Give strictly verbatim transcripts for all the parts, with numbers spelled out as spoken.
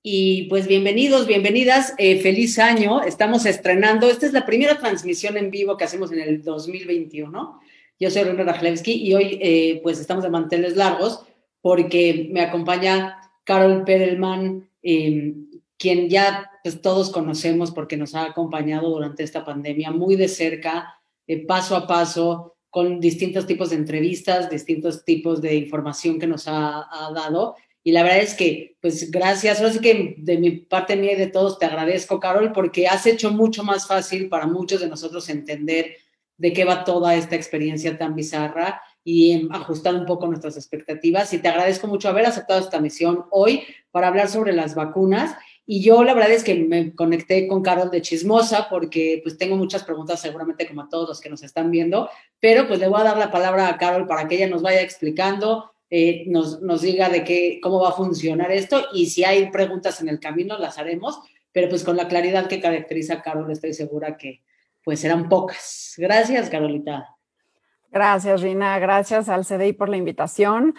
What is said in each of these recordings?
Y pues bienvenidos, bienvenidas, eh, feliz año. Estamos estrenando, esta es la primera transmisión en vivo que hacemos en el dos mil veintiuno. Yo soy René Rajlewski y hoy eh, pues estamos de manteles largos porque me acompaña Carol Perelman, eh, quien ya pues, todos conocemos porque nos ha acompañado durante esta pandemia muy de cerca, eh, paso a paso, con distintos tipos de entrevistas, distintos tipos de información que nos ha, ha dado. Y la verdad es que, pues gracias, ahora sí que de mi parte mía y de todos te agradezco, Carol, porque has hecho mucho más fácil para muchos de nosotros entender de qué va toda esta experiencia tan bizarra y eh, ajustar un poco nuestras expectativas. Y te agradezco mucho haber aceptado esta misión hoy para hablar sobre las vacunas. Y yo la verdad es que me conecté con Carol de chismosa porque pues tengo muchas preguntas seguramente como a todos los que nos están viendo, pero pues le voy a dar la palabra a Carol para que ella nos vaya explicando Eh, nos, nos diga de qué, cómo va a funcionar esto y si hay preguntas en el camino las haremos, pero pues con la claridad que caracteriza a Carol estoy segura que pues serán pocas. Gracias, Carolita. Gracias, Rina. Gracias al C D I por la invitación.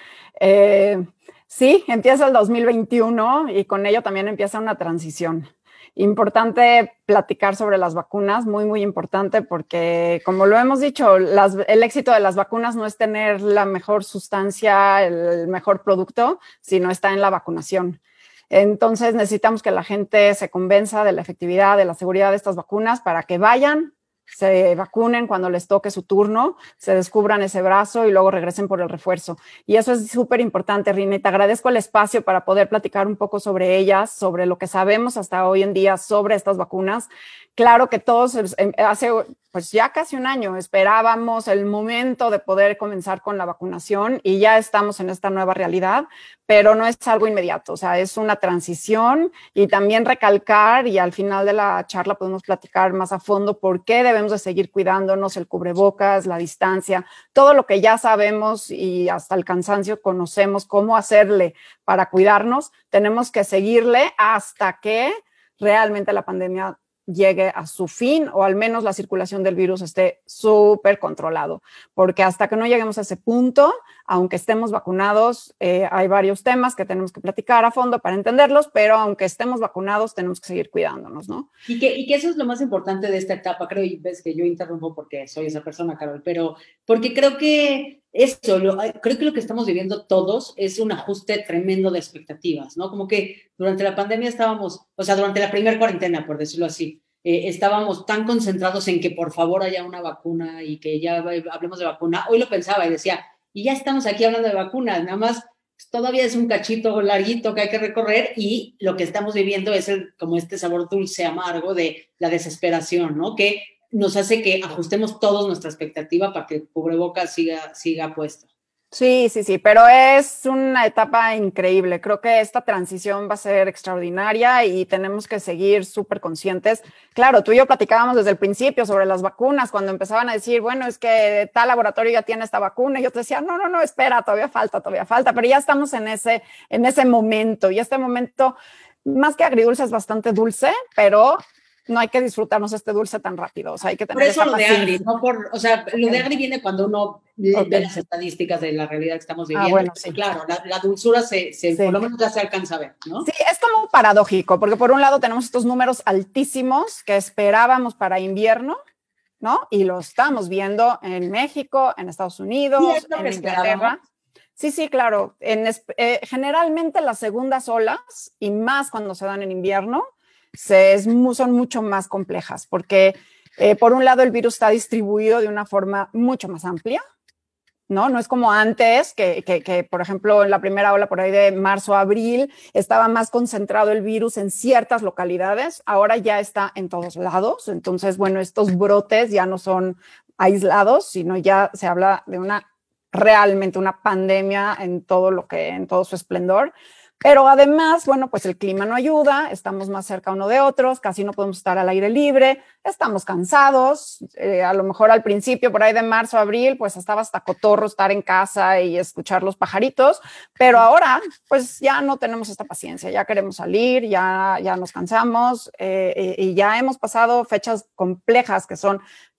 Eh, sí, empieza el dos mil veintiuno y con ello también empieza una transición. Importante platicar sobre las vacunas, muy, muy importante porque, como lo hemos dicho, las, el éxito de las vacunas no es tener la mejor sustancia, el mejor producto, sino está en la vacunación. Entonces necesitamos que la gente se convenza de la efectividad, de la seguridad de estas vacunas para que vayan, se vacunen cuando les toque su turno, se descubran ese brazo y luego regresen por el refuerzo. Y eso es súper importante, Rina, y te agradezco el espacio para poder platicar un poco sobre ellas, sobre lo que sabemos hasta hoy en día sobre estas vacunas. Claro que todos hace pues ya casi un año esperábamos el momento de poder comenzar con la vacunación y ya estamos en esta nueva realidad, pero no es algo inmediato, o sea, es una transición y también recalcar y al final de la charla podemos platicar más a fondo por qué debemos de seguir cuidándonos, el cubrebocas, la distancia, todo lo que ya sabemos y hasta el cansancio conocemos cómo hacerle para cuidarnos, tenemos que seguirle hasta que realmente la pandemia llegue a su fin o al menos la circulación del virus esté súper controlado, porque hasta que no lleguemos a ese punto, aunque estemos vacunados, eh, hay varios temas que tenemos que platicar a fondo para entenderlos, pero aunque estemos vacunados tenemos que seguir cuidándonos, ¿no? Y que, y que eso es lo más importante de esta etapa, creo, y ves que yo interrumpo porque soy esa persona, Carol, pero porque creo que eso, lo, creo que lo que estamos viviendo todos es un ajuste tremendo de expectativas, ¿no? Como que durante la pandemia estábamos, o sea, durante la primera cuarentena, por decirlo así, eh, estábamos tan concentrados en que por favor haya una vacuna y que ya hablemos de vacuna. Hoy lo pensaba y decía, y ya estamos aquí hablando de vacunas, nada más todavía es un cachito larguito que hay que recorrer y lo que estamos viviendo es el, como este sabor dulce, amargo de la desesperación, ¿no? Que nos hace que ajustemos todos nuestra expectativa para que el cubrebocas siga, siga puesto. Sí, sí, sí, pero es una etapa increíble. Creo que esta transición va a ser extraordinaria y tenemos que seguir súper conscientes. Claro, tú y yo platicábamos desde el principio sobre las vacunas, cuando empezaban a decir, bueno, es que tal laboratorio ya tiene esta vacuna, y yo te decía, no, no, no, espera, todavía falta, todavía falta, pero ya estamos en ese, en ese momento, y este momento, más que agridulce, es bastante dulce, pero no hay que disfrutarnos este dulce tan rápido, o sea, hay que tener por eso esa lo de paciencia. agri, no por, o sea, lo de agri viene cuando uno Okay. ve las estadísticas de la realidad que estamos viviendo. Ah, bueno, sí. Claro, la, la dulzura se, se Sí. por lo menos ya se alcanza a ver, ¿no? Sí, es como paradójico, porque por un lado tenemos estos números altísimos que esperábamos para invierno, ¿no? Y lo estamos viendo en México, en Estados Unidos, Sí, es lo en que Inglaterra. esperábamos. Sí, sí, claro. En, eh, generalmente las segundas olas, y más cuando se dan en invierno, se, es, son mucho más complejas, porque eh, por un lado el virus está distribuido de una forma mucho más amplia, ¿no? No es como antes, que, que, que, por ejemplo, en la primera ola por ahí de marzo a abril estaba más concentrado el virus en ciertas localidades, ahora ya está en todos lados, entonces, bueno, estos brotes ya no son aislados, sino ya se habla de una, realmente una pandemia en todo lo que, en todo su esplendor. Pero además, bueno, pues el clima no ayuda, estamos más cerca uno de otros, casi no podemos estar al aire libre, estamos cansados, eh, a lo mejor al principio, por ahí de marzo a abril, pues estaba hasta cotorro estar en casa y escuchar los pajaritos, pero ahora, pues ya no tenemos esta paciencia, ya queremos salir, ya, ya nos cansamos eh, y ya hemos pasado fechas complejas que son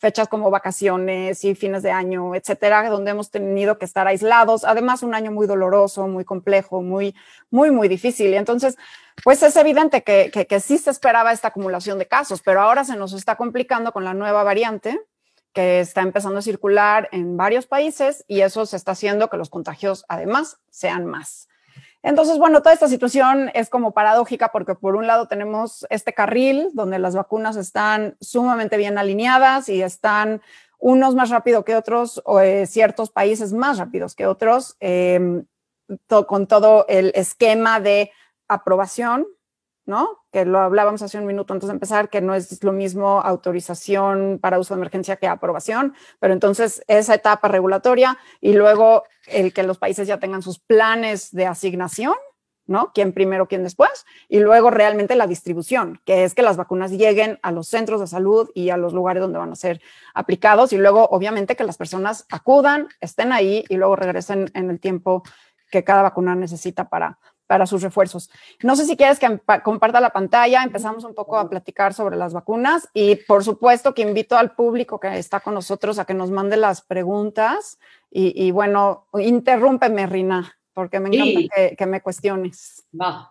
fechas como vacaciones y fines de año, etcétera, donde hemos tenido que estar aislados. Además, un año muy doloroso, muy complejo, muy, muy, muy difícil. Y entonces, pues es evidente que, que, que sí se esperaba esta acumulación de casos, pero ahora se nos está complicando con la nueva variante que está empezando a circular en varios países y eso se está haciendo que los contagios además sean más. Entonces, bueno, toda esta situación es como paradójica porque por un lado tenemos este carril donde las vacunas están sumamente bien alineadas y están unos más rápido que otros, o eh, ciertos países más rápidos que otros, eh, to con todo el esquema de aprobación, ¿no? Que lo hablábamos hace un minuto antes de empezar, que no es lo mismo autorización para uso de emergencia que aprobación, pero entonces esa etapa regulatoria y luego el que los países ya tengan sus planes de asignación, ¿no? Quién primero, quién después, y luego realmente la distribución, que es que las vacunas lleguen a los centros de salud y a los lugares donde van a ser aplicados y luego obviamente que las personas acudan, estén ahí y luego regresen en el tiempo que cada vacuna necesita para para sus refuerzos. No sé si quieres que comparta la pantalla, empezamos un poco a platicar sobre las vacunas y por supuesto que invito al público que está con nosotros a que nos mande las preguntas y, y bueno, interrúmpeme, Rina, porque me encanta sí. que, que me cuestiones. Va.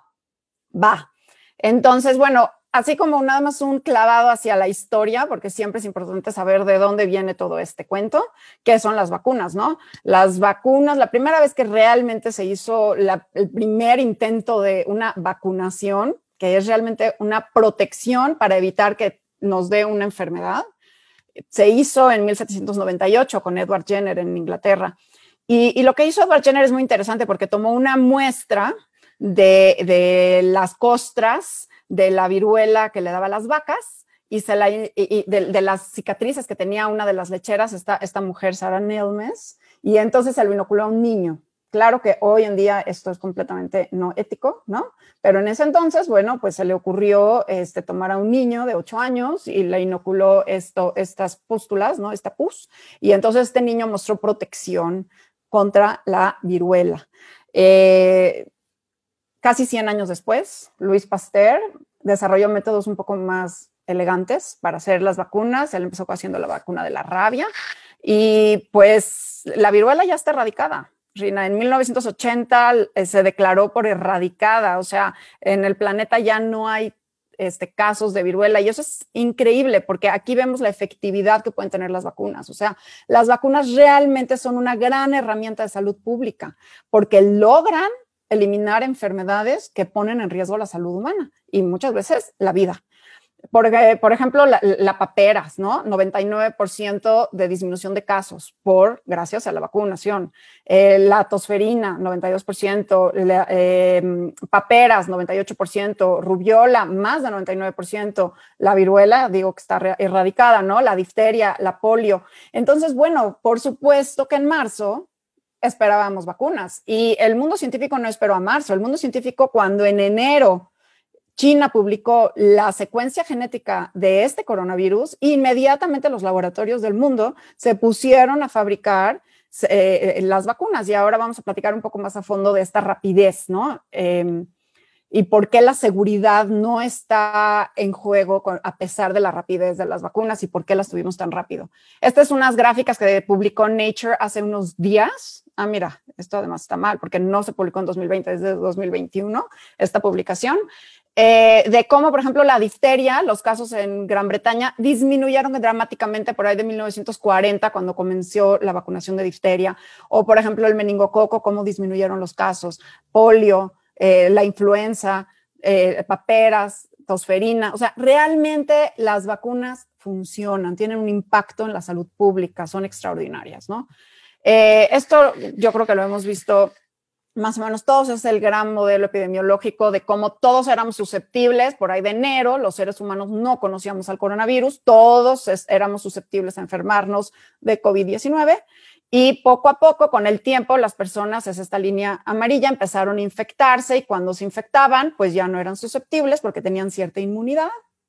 Va. Entonces, bueno, así como nada más un clavado hacia la historia, porque siempre es importante saber de dónde viene todo este cuento, qué son las vacunas, ¿no? Las vacunas, la primera vez que realmente se hizo la, el primer intento de una vacunación, que es realmente una protección para evitar que nos dé una enfermedad, se hizo en mil setecientos noventa y ocho con Edward Jenner en Inglaterra. Y, y lo que hizo Edward Jenner es muy interesante porque tomó una muestra de, de las costras de la viruela que le daba a las vacas y, se la, y, y de, de las cicatrices que tenía una de las lecheras, esta, esta mujer, Sarah Nelmes, y entonces se lo inoculó a un niño. Claro que hoy en día esto es completamente no ético, ¿no? Pero en ese entonces, bueno, pues se le ocurrió este, tomar a un niño de ocho años y le inoculó esto, estas pústulas, ¿no? Esta pus, y entonces este niño mostró protección contra la viruela. Eh, Casi cien años después, Louis Pasteur desarrolló métodos un poco más elegantes para hacer las vacunas. Él empezó haciendo la vacuna de la rabia y pues la viruela ya está erradicada. Rina, en mil novecientos ochenta se declaró por erradicada, o sea, en el planeta ya no hay este, casos de viruela y eso es increíble porque aquí vemos la efectividad que pueden tener las vacunas. O sea, las vacunas realmente son una gran herramienta de salud pública porque logran eliminar enfermedades que ponen en riesgo la salud humana y muchas veces la vida. Por, por ejemplo, la, la paperas, ¿no? noventa y nueve por ciento de disminución de casos por, gracias a la vacunación. Eh, la tosferina, noventa y dos por ciento. La, eh, paperas, noventa y ocho por ciento. Rubiola, más de noventa y nueve por ciento. La viruela, digo que está erradicada, ¿no? La difteria, la polio. Entonces, bueno, por supuesto que en marzo esperábamos vacunas y el mundo científico no esperó a marzo. El mundo científico cuando en enero China publicó la secuencia genética de este coronavirus, inmediatamente los laboratorios del mundo se pusieron a fabricar eh, las vacunas y ahora vamos a platicar un poco más a fondo de esta rapidez, ¿no? Eh, y por qué la seguridad no está en juego con, a pesar de la rapidez de las vacunas y por qué las tuvimos tan rápido. Estas son unas gráficas que publicó Nature hace unos días. Ah, mira, esto además está mal porque no se publicó en dos mil veinte, es de dos mil veintiuno esta publicación, eh, de cómo, por ejemplo, la difteria, los casos en Gran Bretaña disminuyeron dramáticamente por ahí de mil novecientos cuarenta cuando comenzó la vacunación de difteria, o por ejemplo el meningococo, cómo disminuyeron los casos, polio, Eh, la influenza, eh, paperas, tosferina, o sea, realmente las vacunas funcionan, tienen un impacto en la salud pública, son extraordinarias, ¿no? Eh, esto yo creo que lo hemos visto más o menos todos, es el gran modelo epidemiológico de cómo todos éramos susceptibles, por ahí de enero, los seres humanos no conocíamos al coronavirus, todos es, éramos susceptibles a enfermarnos de COVID diecinueve. Y poco a poco, con el tiempo, las personas, es esta línea amarilla, empezaron a infectarse y cuando se infectaban, pues ya no eran susceptibles porque tenían cierta inmunidad.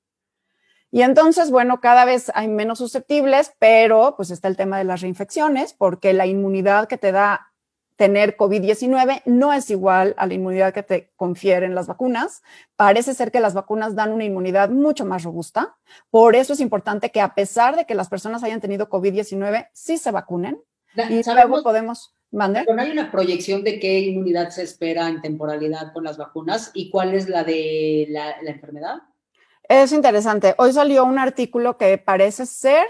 Y entonces, bueno, cada vez hay menos susceptibles, pero pues está el tema de las reinfecciones porque la inmunidad que te da tener COVID diecinueve no es igual a la inmunidad que te confieren las vacunas. Parece ser que las vacunas dan una inmunidad mucho más robusta. Por eso es importante que, a pesar de que las personas hayan tenido COVID diecinueve, sí se vacunen. Y ¿Sabemos, luego podemos... ¿Mande? ¿No hay una proyección de qué inmunidad se espera en temporalidad con las vacunas y cuál es la de la, la enfermedad? Es interesante. Hoy salió un artículo que parece ser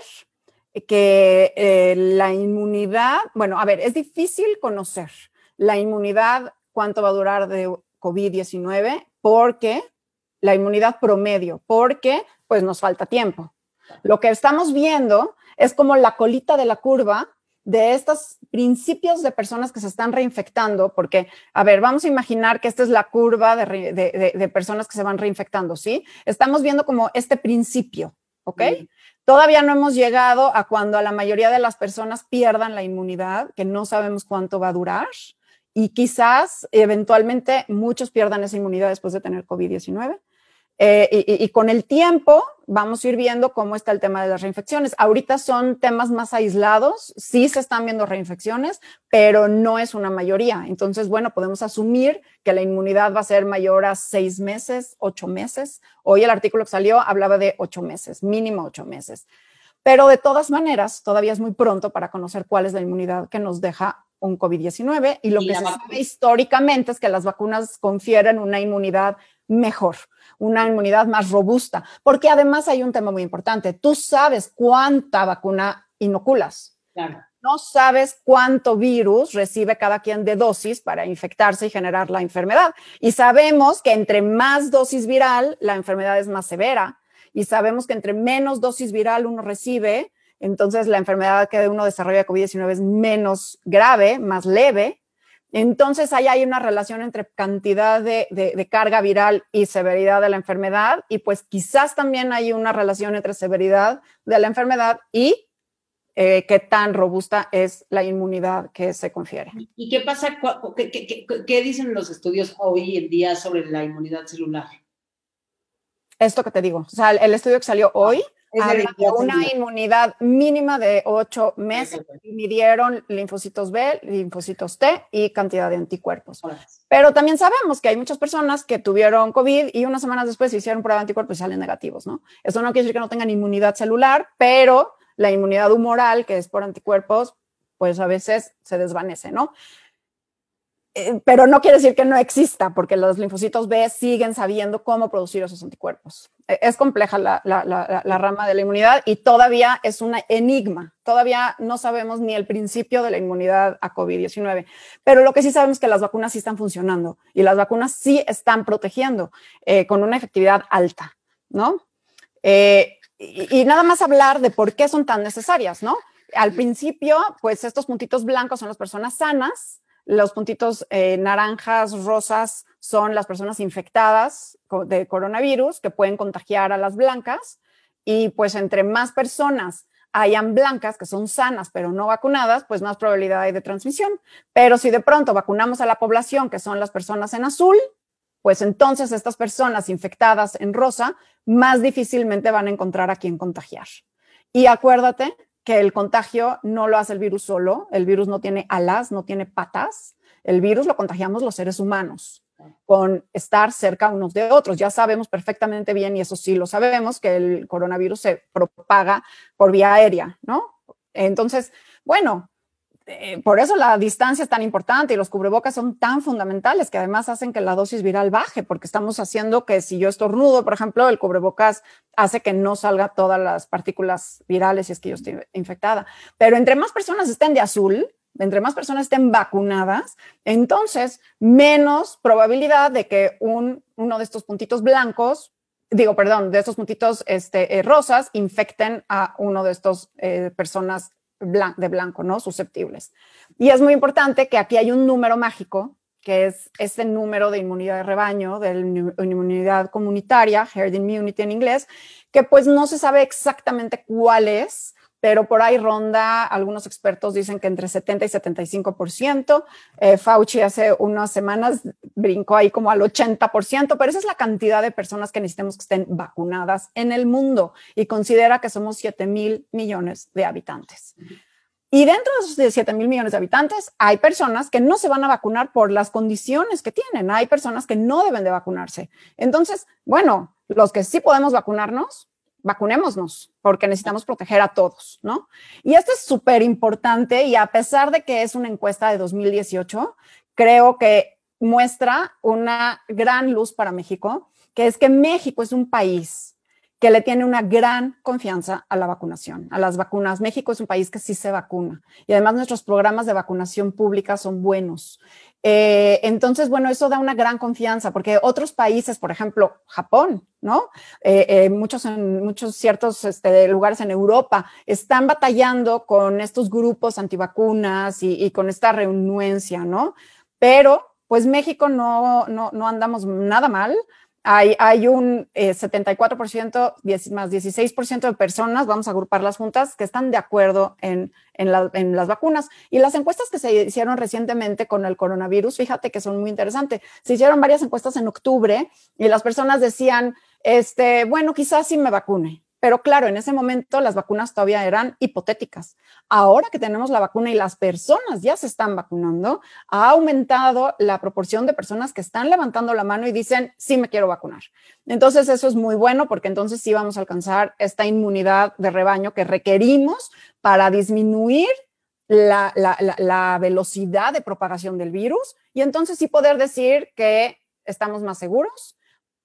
que eh, la inmunidad, bueno, a ver, es difícil conocer la inmunidad, cuánto va a durar de COVID diecinueve, porque la inmunidad promedio, porque pues nos falta tiempo. Lo que estamos viendo es como la colita de la curva de estos principios de personas que se están reinfectando, porque, a ver, vamos a imaginar que esta es la curva de, re, de, de, de personas que se van reinfectando, ¿sí? Estamos viendo como este principio, ¿ok? Mm. Todavía no hemos llegado a cuando a la mayoría de las personas pierdan la inmunidad, que no sabemos cuánto va a durar, y quizás eventualmente muchos pierdan esa inmunidad después de tener COVID diecinueve. Eh, y, y con el tiempo vamos a ir viendo cómo está el tema de las reinfecciones. Ahorita son temas más aislados, sí se están viendo reinfecciones, pero no es una mayoría. Entonces, bueno, podemos asumir que la inmunidad va a ser mayor a seis meses, ocho meses. Hoy el artículo que salió hablaba de ocho meses, mínimo ocho meses. Pero de todas maneras, todavía es muy pronto para conocer cuál es la inmunidad que nos deja un COVID diecinueve. Y lo y que se sabe históricamente es que las vacunas confieren una inmunidad mejor, una inmunidad más robusta, porque además hay un tema muy importante. Tú sabes cuánta vacuna inoculas. Claro. No sabes cuánto virus recibe cada quien de dosis para infectarse y generar la enfermedad. Y sabemos que entre más dosis viral, la enfermedad es más severa. Y sabemos que entre menos dosis viral uno recibe, entonces la enfermedad que uno desarrolla de COVID diecinueve es menos grave, más leve. Entonces ahí hay una relación entre cantidad de, de, de carga viral y severidad de la enfermedad, y pues quizás también hay una relación entre severidad de la enfermedad y eh, qué tan robusta es la inmunidad que se confiere. ¿Y qué pasa? ¿Qué, qué, qué, qué dicen los estudios hoy en día sobre la inmunidad celular? Esto que te digo, o sea, el estudio que salió hoy ah, habla de una celular. Inmunidad mínima de ocho meses, okay, okay. Y midieron linfocitos B, linfocitos T y cantidad de anticuerpos. Okay. Pero también sabemos que hay muchas personas que tuvieron COVID y unas semanas después hicieron prueba de anticuerpos y salen negativos, ¿no? Eso no quiere decir que no tengan inmunidad celular, pero la inmunidad humoral, que es por anticuerpos, pues a veces se desvanece, ¿no? Pero no quiere decir que no exista, porque los linfocitos B siguen sabiendo cómo producir esos anticuerpos. Es compleja la, la, la, la rama de la inmunidad y todavía es un enigma. Todavía no sabemos ni el principio de la inmunidad a COVID diecinueve. Pero lo que sí sabemos es que las vacunas sí están funcionando y las vacunas sí están protegiendo eh, con una efectividad alta, ¿no? Eh, y, y nada más hablar de por qué son tan necesarias, ¿no? Al principio, pues estos puntitos blancos son las personas sanas. Los puntitos eh, naranjas, rosas son las personas infectadas de coronavirus que pueden contagiar a las blancas, y pues entre más personas hayan blancas que son sanas pero no vacunadas, pues más probabilidad hay de transmisión. Pero si de pronto vacunamos a la población, que son las personas en azul, pues entonces estas personas infectadas en rosa más difícilmente van a encontrar a quién contagiar. Y acuérdate que el contagio no lo hace el virus solo, el virus no tiene alas, no tiene patas, el virus lo contagiamos los seres humanos con estar cerca unos de otros. Ya sabemos perfectamente bien, y eso sí lo sabemos, que el coronavirus se propaga por vía aérea, ¿no? Entonces, bueno, eh, por eso la distancia es tan importante y los cubrebocas son tan fundamentales, que además hacen que la dosis viral baje, porque estamos haciendo que si yo estornudo, por ejemplo, el cubrebocas hace que no salga todas las partículas virales si es que yo estoy infectada. Pero entre más personas estén de azul, entre más personas estén vacunadas, entonces menos probabilidad de que un, uno de estos puntitos blancos, digo, perdón, de estos puntitos este, eh, rosas infecten a uno de estos eh, personas de blanco, ¿no? Susceptibles. Y es muy importante que aquí hay un número mágico, que es este número de inmunidad de rebaño, de inmunidad comunitaria, herd immunity en inglés, que pues no se sabe exactamente cuál es, pero por ahí ronda, algunos expertos dicen que entre setenta y setenta y cinco por ciento. Eh, Fauci hace unas semanas brincó ahí como al ochenta por ciento, pero esa es la cantidad de personas que necesitamos que estén vacunadas en el mundo, y considera que somos siete mil millones de habitantes. Y dentro de esos diecisiete mil millones de habitantes, hay personas que no se van a vacunar por las condiciones que tienen. Hay personas que no deben de vacunarse. Entonces, bueno, los que sí podemos vacunarnos, vacunémonos, porque necesitamos proteger a todos, ¿no? Y esto es súper importante y a pesar de que es una encuesta de dos mil dieciocho, creo que muestra una gran luz para México, que es que México es un país que le tiene una gran confianza a la vacunación, a las vacunas. México es un país que sí se vacuna y además nuestros programas de vacunación pública son buenos. Eh, entonces, bueno, eso da una gran confianza porque otros países, por ejemplo, Japón, ¿no? Eh, eh, muchos, en, muchos ciertos este, lugares en Europa están batallando con estos grupos antivacunas y, y con esta renuencia, ¿no? Pero, pues México no, no, no andamos nada mal. Hay, hay un eh, setenta y cuatro por ciento diez, más dieciséis por ciento de personas, vamos a agruparlas juntas, que están de acuerdo en, en, la, en las vacunas. Y las encuestas que se hicieron recientemente con el coronavirus, fíjate que son muy interesantes. Se hicieron varias encuestas en octubre y las personas decían, este, bueno, quizás sí me vacune. Pero claro, en ese momento las vacunas todavía eran hipotéticas. Ahora que tenemos la vacuna y las personas ya se están vacunando, ha aumentado la proporción de personas que están levantando la mano y dicen, sí me quiero vacunar. Entonces eso es muy bueno porque entonces sí vamos a alcanzar esta inmunidad de rebaño que requerimos para disminuir la, la, la, la velocidad de propagación del virus y entonces sí poder decir que estamos más seguros,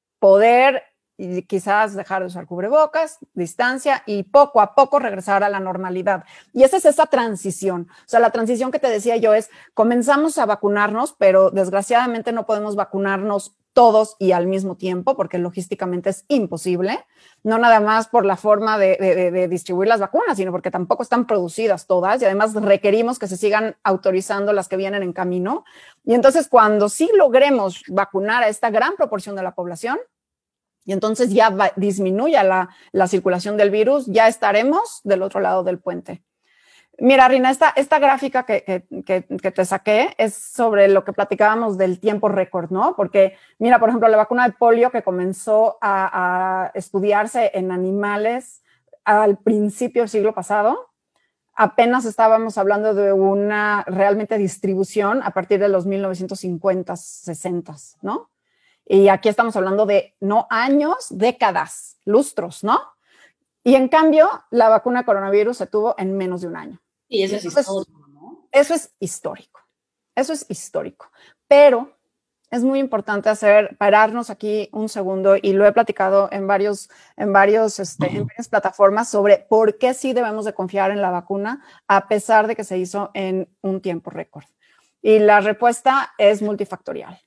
poder y quizás dejar de usar cubrebocas, distancia y poco a poco regresar a la normalidad. Y esa es esa transición. O sea, la transición que te decía yo es, comenzamos a vacunarnos, pero desgraciadamente no podemos vacunarnos todos y al mismo tiempo, porque logísticamente es imposible, no nada más por la forma de, de, de distribuir las vacunas, sino porque tampoco están producidas todas y además requerimos que se sigan autorizando las que vienen en camino. Y entonces cuando sí logremos vacunar a esta gran proporción de la población, y entonces ya va, disminuya la, la circulación del virus, ya estaremos del otro lado del puente. Mira, Rina, esta, esta gráfica que, que, que, que te saqué es sobre lo que platicábamos del tiempo récord, ¿no? Porque, mira, por ejemplo, la vacuna de polio que comenzó a, a estudiarse en animales al principio del siglo pasado, apenas estábamos hablando de una realmente distribución a partir de los mil novecientos cincuenta, sesenta, ¿no? Y aquí estamos hablando de no años, décadas, lustros, ¿no? Y en cambio, la vacuna de coronavirus se tuvo en menos de un año. Y eso es histórico, ¿no? Eso es histórico. Eso es histórico. Pero es muy importante hacer, pararnos aquí un segundo, y lo he platicado en, varios, en, varios, este, en varias plataformas sobre por qué sí debemos de confiar en la vacuna a pesar de que se hizo en un tiempo récord. Y la respuesta es multifactorial.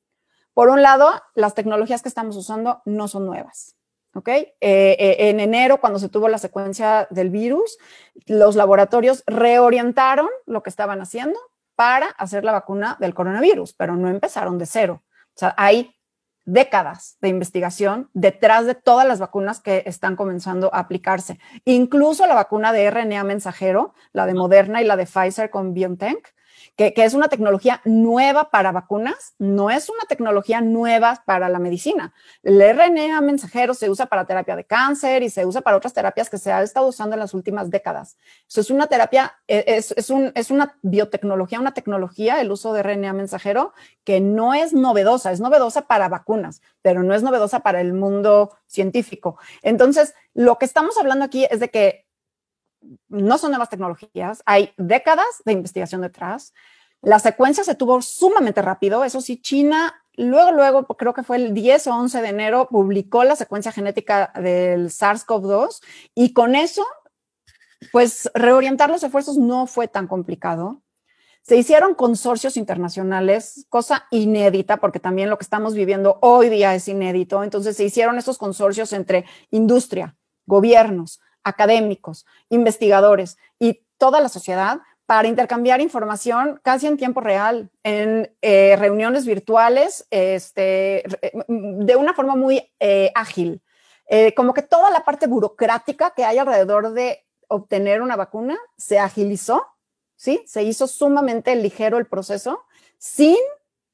Por un lado, las tecnologías que estamos usando no son nuevas, ¿ok? Eh, eh, en enero, cuando se tuvo la secuencia del virus, los laboratorios reorientaron lo que estaban haciendo para hacer la vacuna del coronavirus, pero no empezaron de cero. O sea, hay décadas de investigación detrás de todas las vacunas que están comenzando a aplicarse. Incluso la vacuna de R N A mensajero, la de Moderna y la de Pfizer con BioNTech, Que, que es una tecnología nueva para vacunas, no es una tecnología nueva para la medicina. El R N A mensajero se usa para terapia de cáncer y se usa para otras terapias que se ha estado usando en las últimas décadas. Eso es una terapia, es, es, un, es una biotecnología, una tecnología, el uso de R N A mensajero, que no es novedosa, es novedosa para vacunas, pero no es novedosa para el mundo científico. Entonces, lo que estamos hablando aquí es de que no son nuevas tecnologías, hay décadas de investigación detrás. La secuencia se tuvo sumamente rápido, eso sí, China luego, luego, creo que fue el diez o once de enero, publicó la secuencia genética del SARS CoV dos y con eso, pues reorientar los esfuerzos no fue tan complicado. Se hicieron consorcios internacionales, cosa inédita, porque también lo que estamos viviendo hoy día es inédito. Entonces se hicieron estos consorcios entre industria, gobiernos, académicos, investigadores y toda la sociedad para intercambiar información casi en tiempo real, en eh, reuniones virtuales, este, de una forma muy eh, ágil. Eh, como que toda la parte burocrática que hay alrededor de obtener una vacuna se agilizó, ¿sí? Se hizo sumamente ligero el proceso sin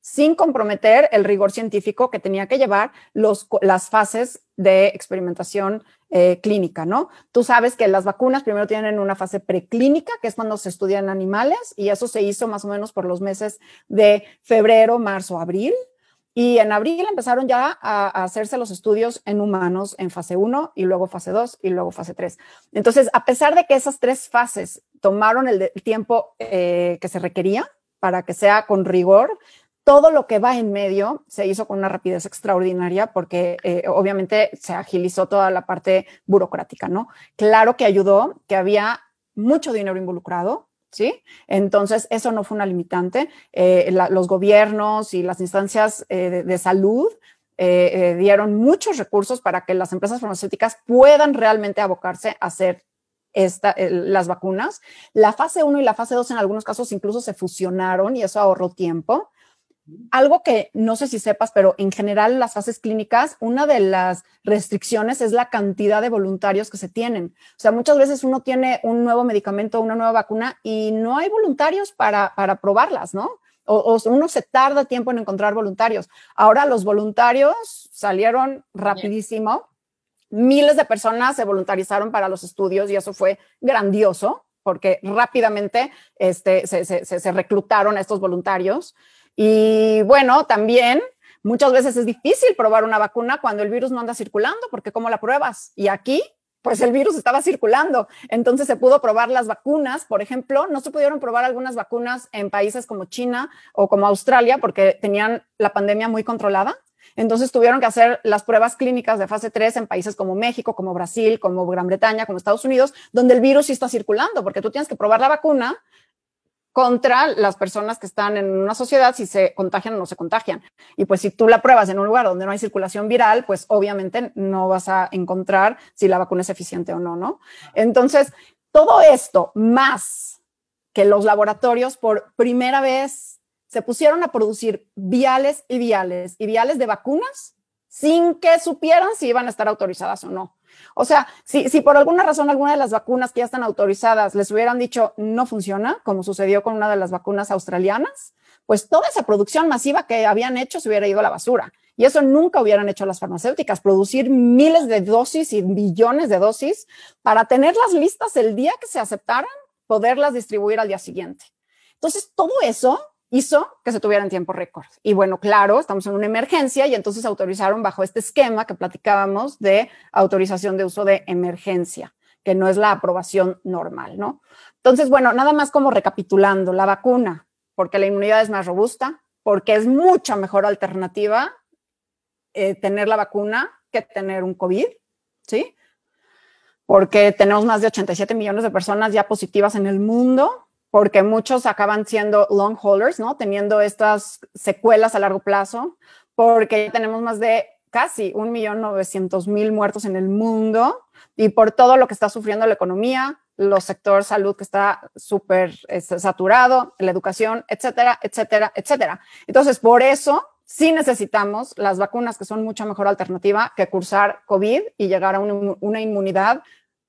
sin comprometer el rigor científico que tenía que llevar los, las fases de experimentación eh, clínica, ¿no? Tú sabes que las vacunas primero tienen una fase preclínica, que es cuando se estudian animales, y eso se hizo más o menos por los meses de febrero, marzo, abril. Y en abril empezaron ya a, a hacerse los estudios en humanos en fase uno y luego fase dos y luego fase tres. Entonces, a pesar de que esas tres fases tomaron el, de, el tiempo eh, que se requería para que sea con rigor, todo lo que va en medio se hizo con una rapidez extraordinaria porque eh, obviamente se agilizó toda la parte burocrática, ¿no? Claro que ayudó, que había mucho dinero involucrado, ¿sí? Entonces, eso no fue una limitante. Eh, la, los gobiernos y las instancias eh, de, de salud eh, eh, dieron muchos recursos para que las empresas farmacéuticas puedan realmente abocarse a hacer esta, eh, las vacunas. La fase uno y la fase dos en algunos casos incluso se fusionaron y eso ahorró tiempo. Algo que no sé si sepas, pero en general las fases clínicas, una de las restricciones es la cantidad de voluntarios que se tienen. O sea, muchas veces uno tiene un nuevo medicamento, una nueva vacuna y no hay voluntarios para, para probarlas, ¿no? O, o uno se tarda tiempo en encontrar voluntarios. Ahora los voluntarios salieron rapidísimo. Miles de personas se voluntarizaron para los estudios y eso fue grandioso porque rápidamente este, se, se, se reclutaron a estos voluntarios. Y bueno, también muchas veces es difícil probar una vacuna cuando el virus no anda circulando, porque ¿cómo la pruebas? Y aquí, pues el virus estaba circulando. Entonces se pudo probar las vacunas. Por ejemplo, no se pudieron probar algunas vacunas en países como China o como Australia porque tenían la pandemia muy controlada. Entonces tuvieron que hacer las pruebas clínicas de fase tres en países como México, como Brasil, como Gran Bretaña, como Estados Unidos, donde el virus sí está circulando, porque tú tienes que probar la vacuna contra las personas que están en una sociedad si se contagian o no se contagian. Y pues si tú la pruebas en un lugar donde no hay circulación viral, pues obviamente no vas a encontrar si la vacuna es eficiente o no, ¿no? Entonces, todo esto, más que los laboratorios por primera vez se pusieron a producir viales y viales y viales de vacunas sin que supieran si iban a estar autorizadas o no. O sea, si, si por alguna razón alguna de las vacunas que ya están autorizadas les hubieran dicho no funciona, como sucedió con una de las vacunas australianas, pues toda esa producción masiva que habían hecho se hubiera ido a la basura. Y eso nunca hubieran hecho las farmacéuticas, producir miles de dosis y billones de dosis para tenerlas listas el día que se aceptaran, poderlas distribuir al día siguiente. Entonces, todo eso hizo que se tuviera en tiempo récord. Y bueno, claro, estamos en una emergencia y entonces autorizaron bajo este esquema que platicábamos de autorización de uso de emergencia, que no es la aprobación normal, ¿no? Entonces, bueno, nada más como recapitulando, la vacuna, porque la inmunidad es más robusta, porque es mucha mejor alternativa eh, tener la vacuna que tener un COVID, ¿sí? Porque tenemos más de ochenta y siete millones de personas ya positivas en el mundo, porque muchos acaban siendo long haulers, ¿no? Teniendo estas secuelas a largo plazo, porque tenemos más de casi un millón novecientos mil muertos en el mundo y por todo lo que está sufriendo la economía, los sectores salud que está súper eh, saturado, la educación, etcétera, etcétera, etcétera. Entonces, por eso sí necesitamos las vacunas que son mucha mejor alternativa que cursar COVID y llegar a un, una inmunidad,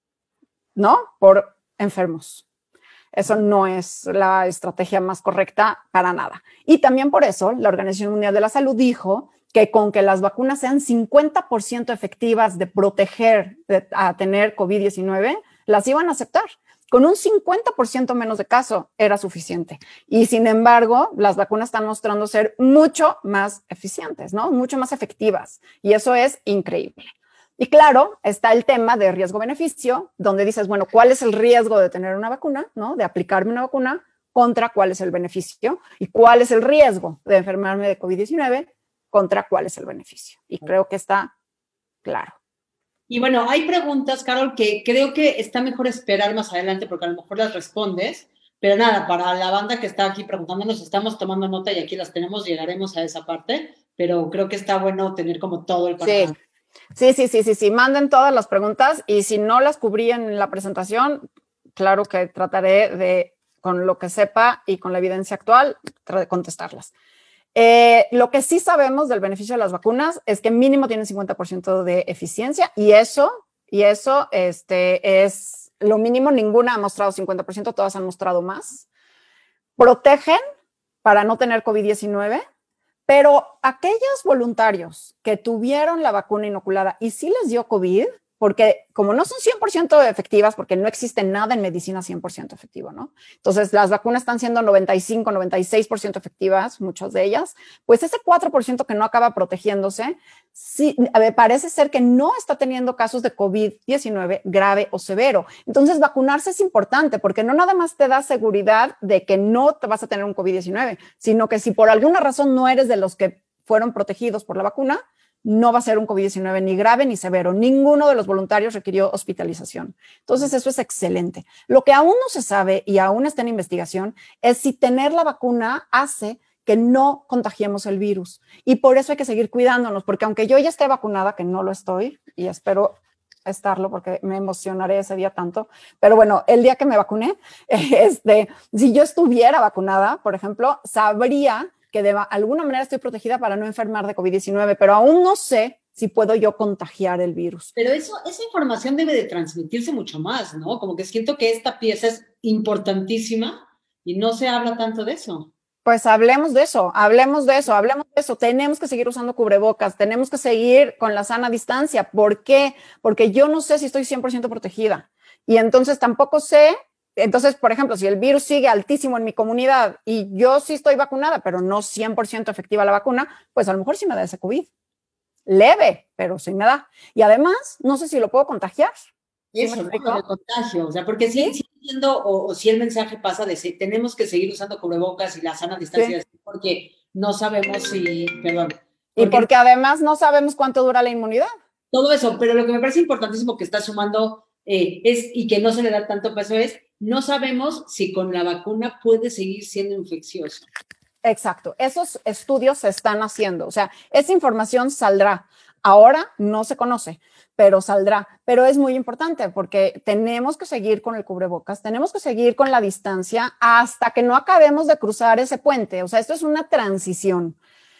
¿no? Por enfermos. Eso no es la estrategia más correcta para nada. Y también por eso la Organización Mundial de la Salud dijo que con que las vacunas sean cincuenta por ciento efectivas de proteger de, a tener COVID diecinueve, las iban a aceptar. Con un cincuenta por ciento menos de caso era suficiente. Y sin embargo, las vacunas están mostrando ser mucho más eficientes, ¿no? Mucho más efectivas. Y eso es increíble. Y claro, está el tema de riesgo-beneficio, donde dices, bueno, ¿cuál es el riesgo de tener una vacuna, ¿no? De aplicarme una vacuna contra cuál es el beneficio y cuál es el riesgo de enfermarme de COVID diecinueve contra cuál es el beneficio. Y creo que está claro. Y bueno, hay preguntas, Carol, que creo que está mejor esperar más adelante porque a lo mejor las respondes, pero nada, para la banda que está aquí preguntándonos, estamos tomando nota y aquí las tenemos, llegaremos a esa parte, pero creo que está bueno tener como todo el panorama. Sí. Sí, sí, sí, sí, sí, manden todas las preguntas y si no las cubrí en la presentación, claro que trataré de, con lo que sepa y con la evidencia actual, contestarlas. Eh, lo que sí sabemos del beneficio de las vacunas es que mínimo tienen cincuenta por ciento de eficiencia y eso, y eso este, es lo mínimo, ninguna ha mostrado cincuenta por ciento, todas han mostrado más. Protegen para no tener COVID diecinueve. Pero aquellos voluntarios que tuvieron la vacuna inoculada y sí les dio COVID, porque como no son cien por ciento efectivas, porque no existe nada en medicina cien por ciento efectivo, ¿no? Entonces, las vacunas están siendo noventa y cinco, noventa y seis por ciento efectivas, muchas de ellas, pues ese cuatro por ciento que no acaba protegiéndose, sí, parece ser que no está teniendo casos de COVID diecinueve grave o severo. Entonces, vacunarse es importante, porque no nada más te da seguridad de que no te vas a tener un COVID diecinueve, sino que si por alguna razón no eres de los que fueron protegidos por la vacuna, no va a ser un COVID diecinueve ni grave ni severo. Ninguno de los voluntarios requirió hospitalización. Entonces, eso es excelente. Lo que aún no se sabe y aún está en investigación es si tener la vacuna hace que no contagiemos el virus. Y por eso hay que seguir cuidándonos, porque aunque yo ya esté vacunada, que no lo estoy, y espero estarlo porque me emocionaré ese día tanto, pero bueno, el día que me vacuné, este, si yo estuviera vacunada, por ejemplo, sabría que de alguna manera estoy protegida para no enfermar de COVID diecinueve, pero aún no sé si puedo yo contagiar el virus. Pero eso, esa información debe de transmitirse mucho más, ¿no? Como que siento que esta pieza es importantísima y no se habla tanto de eso. Pues hablemos de eso, hablemos de eso, hablemos de eso. Tenemos que seguir usando cubrebocas, tenemos que seguir con la sana distancia. ¿Por qué? Porque yo no sé si estoy cien por ciento protegida y entonces tampoco sé. Entonces, por ejemplo, si el virus sigue altísimo en mi comunidad y yo sí estoy vacunada, pero no cien por ciento efectiva la vacuna, pues a lo mejor sí me da ese COVID. Leve, pero sí me da. Y además, no sé si lo puedo contagiar. Eso, ¿sí, ¿no? El contagio, o sea, porque sí, sí entiendo, o, o si el mensaje pasa de si tenemos que seguir usando cubrebocas y la sana distancia, sí, porque no sabemos si, perdón. Porque, y porque además no sabemos cuánto dura la inmunidad. Todo eso, pero lo que me parece importantísimo que está sumando eh, es, y que no se le da tanto peso es, no sabemos si con la vacuna puede seguir siendo infeccioso. Exacto, esos estudios se están haciendo, o sea, esa información saldrá. Ahora no se conoce, pero saldrá. Pero es muy importante porque tenemos que seguir con el cubrebocas, tenemos que seguir con la distancia hasta que no acabemos de cruzar ese puente. O sea, esto es una transición.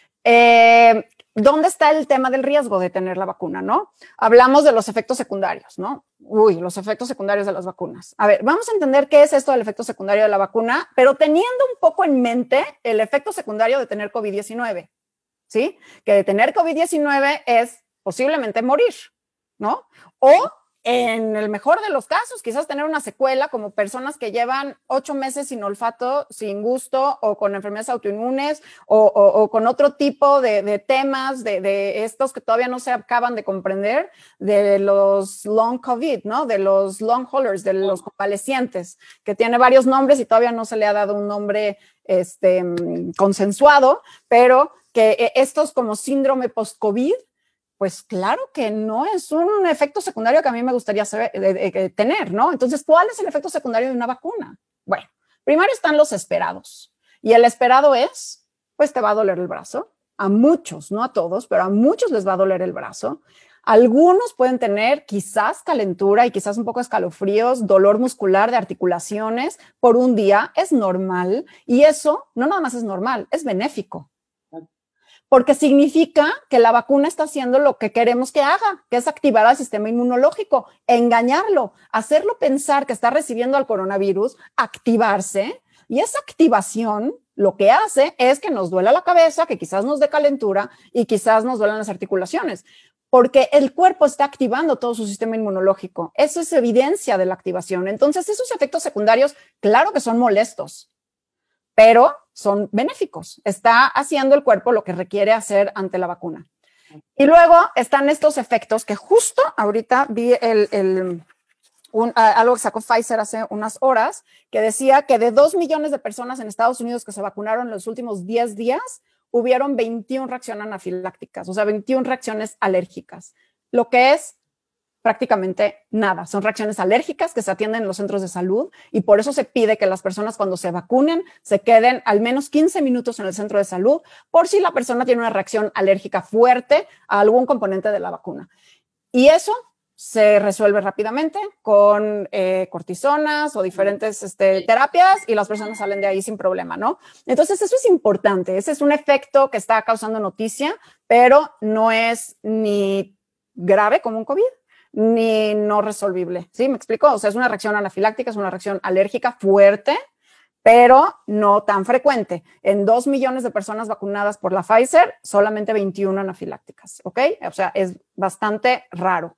Eh, ¿Dónde está el tema del riesgo de tener la vacuna, no? Hablamos de los efectos secundarios, ¿no? Uy, los efectos secundarios de las vacunas. A ver, vamos a entender qué es esto del efecto secundario de la vacuna, pero teniendo un poco en mente el efecto secundario de tener COVID diecinueve, ¿sí? Que de tener COVID diecinueve es posiblemente morir, ¿no? O en el mejor de los casos, quizás tener una secuela como personas que llevan ocho meses sin olfato, sin gusto, o con enfermedades autoinmunes, o, o, o con otro tipo de, de temas, de, de estos que todavía no se acaban de comprender, de los long COVID, ¿no? De los long haulers, de los convalecientes, que tiene varios nombres y todavía no se le ha dado un nombre este, consensuado, pero que estos como síndrome post-COVID, pues claro que no es un efecto secundario que a mí me gustaría saber, de, de, tener, ¿no? Entonces, ¿cuál es el efecto secundario de una vacuna? Bueno, primero están los esperados. Y el esperado es, pues te va a doler el brazo. A muchos, no a todos, pero a muchos les va a doler el brazo. Algunos pueden tener quizás calentura y quizás un poco de escalofríos, dolor muscular de articulaciones por un día. Es normal. Y eso no nada más es normal, es benéfico. Porque significa que la vacuna está haciendo lo que queremos que haga, que es activar al sistema inmunológico, engañarlo, hacerlo pensar que está recibiendo al coronavirus, activarse, y esa activación lo que hace es que nos duela la cabeza, que quizás nos dé calentura y quizás nos duelan las articulaciones, porque el cuerpo está activando todo su sistema inmunológico. Eso es evidencia de la activación. Entonces, esos efectos secundarios, claro que son molestos, pero son benéficos. Está haciendo el cuerpo lo que requiere hacer ante la vacuna. Y luego están estos efectos que justo ahorita vi el, el, un, algo que sacó Pfizer hace unas horas, que decía que de dos millones de personas en Estados Unidos que se vacunaron en los últimos diez días, hubieron veintiuna reacciones anafilácticas, o sea, veintiuna reacciones alérgicas, lo que es prácticamente nada. Son reacciones alérgicas que se atienden en los centros de salud y por eso se pide que las personas cuando se vacunen se queden al menos quince minutos en el centro de salud por si la persona tiene una reacción alérgica fuerte a algún componente de la vacuna. Y eso se resuelve rápidamente con eh, cortisonas o diferentes este, terapias y las personas salen de ahí sin problema, ¿no? Entonces eso es importante. Ese es un efecto que está causando noticia, pero no es ni grave como un COVID, ni no resolvible. ¿Sí? ¿Me explico? O sea, es una reacción anafiláctica, es una reacción alérgica fuerte pero no tan frecuente. En dos millones de personas vacunadas por la Pfizer, solamente veintiuna anafilácticas, ¿ok? O sea, es bastante raro.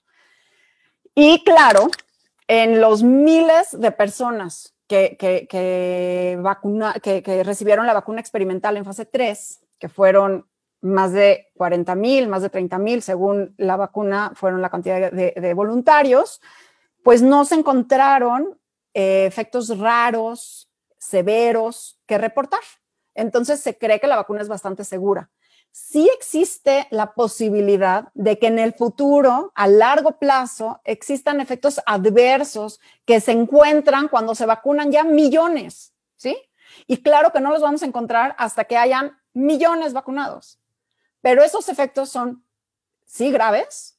Y claro, en los miles de personas que, que, que, vacuna, que, que recibieron la vacuna experimental en fase tres, que fueron más de cuarenta mil, más de treinta mil, según la vacuna, fueron la cantidad de, de voluntarios, pues no se encontraron eh, efectos raros, severos, que reportar. Entonces se cree que la vacuna es bastante segura. Sí existe la posibilidad de que en el futuro, a largo plazo, existan efectos adversos que se encuentran cuando se vacunan ya millones, ¿sí? Y claro que no los vamos a encontrar hasta que hayan millones vacunados. Pero esos efectos son, sí, graves,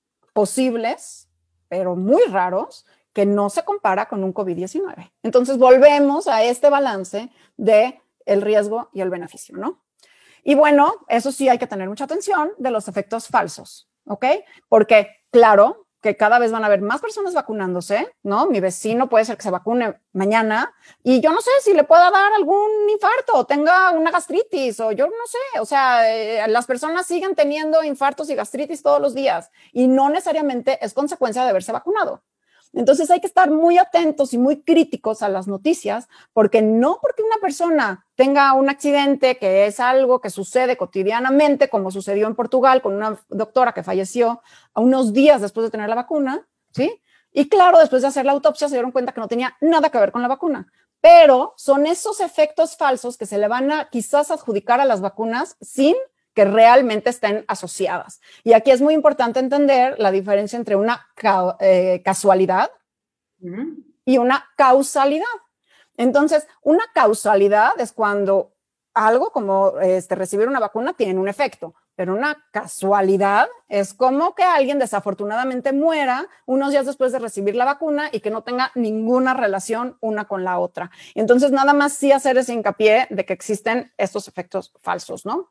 posibles, pero muy raros, que no se compara con un COVID diecinueve. Entonces volvemos a este balance de el riesgo y el beneficio, ¿no? Y bueno, eso sí hay que tener mucha atención de los efectos falsos, ¿ok? Porque claro que cada vez van a haber más personas vacunándose, ¿no? Mi vecino puede ser que se vacune mañana y yo no sé si le pueda dar algún infarto o tenga una gastritis o yo no sé, o sea, eh, las personas siguen teniendo infartos y gastritis todos los días y no necesariamente es consecuencia de haberse vacunado. Entonces hay que estar muy atentos y muy críticos a las noticias, porque no porque una persona tenga un accidente, que es algo que sucede cotidianamente, como sucedió en Portugal con una doctora que falleció a unos días después de tener la vacuna, ¿sí? Y claro, después de hacer la autopsia se dieron cuenta que no tenía nada que ver con la vacuna. Pero son esos efectos falsos que se le van a quizás adjudicar a las vacunas sin que realmente estén asociadas. Y aquí es muy importante entender la diferencia entre una ca eh, casualidad uh-huh. y una causalidad. Entonces, una causalidad es cuando algo como este, recibir una vacuna tiene un efecto, pero una casualidad es como que alguien desafortunadamente muera unos días después de recibir la vacuna y que no tenga ninguna relación una con la otra. Entonces, nada más sí hacer ese hincapié de que existen estos efectos falsos, ¿no?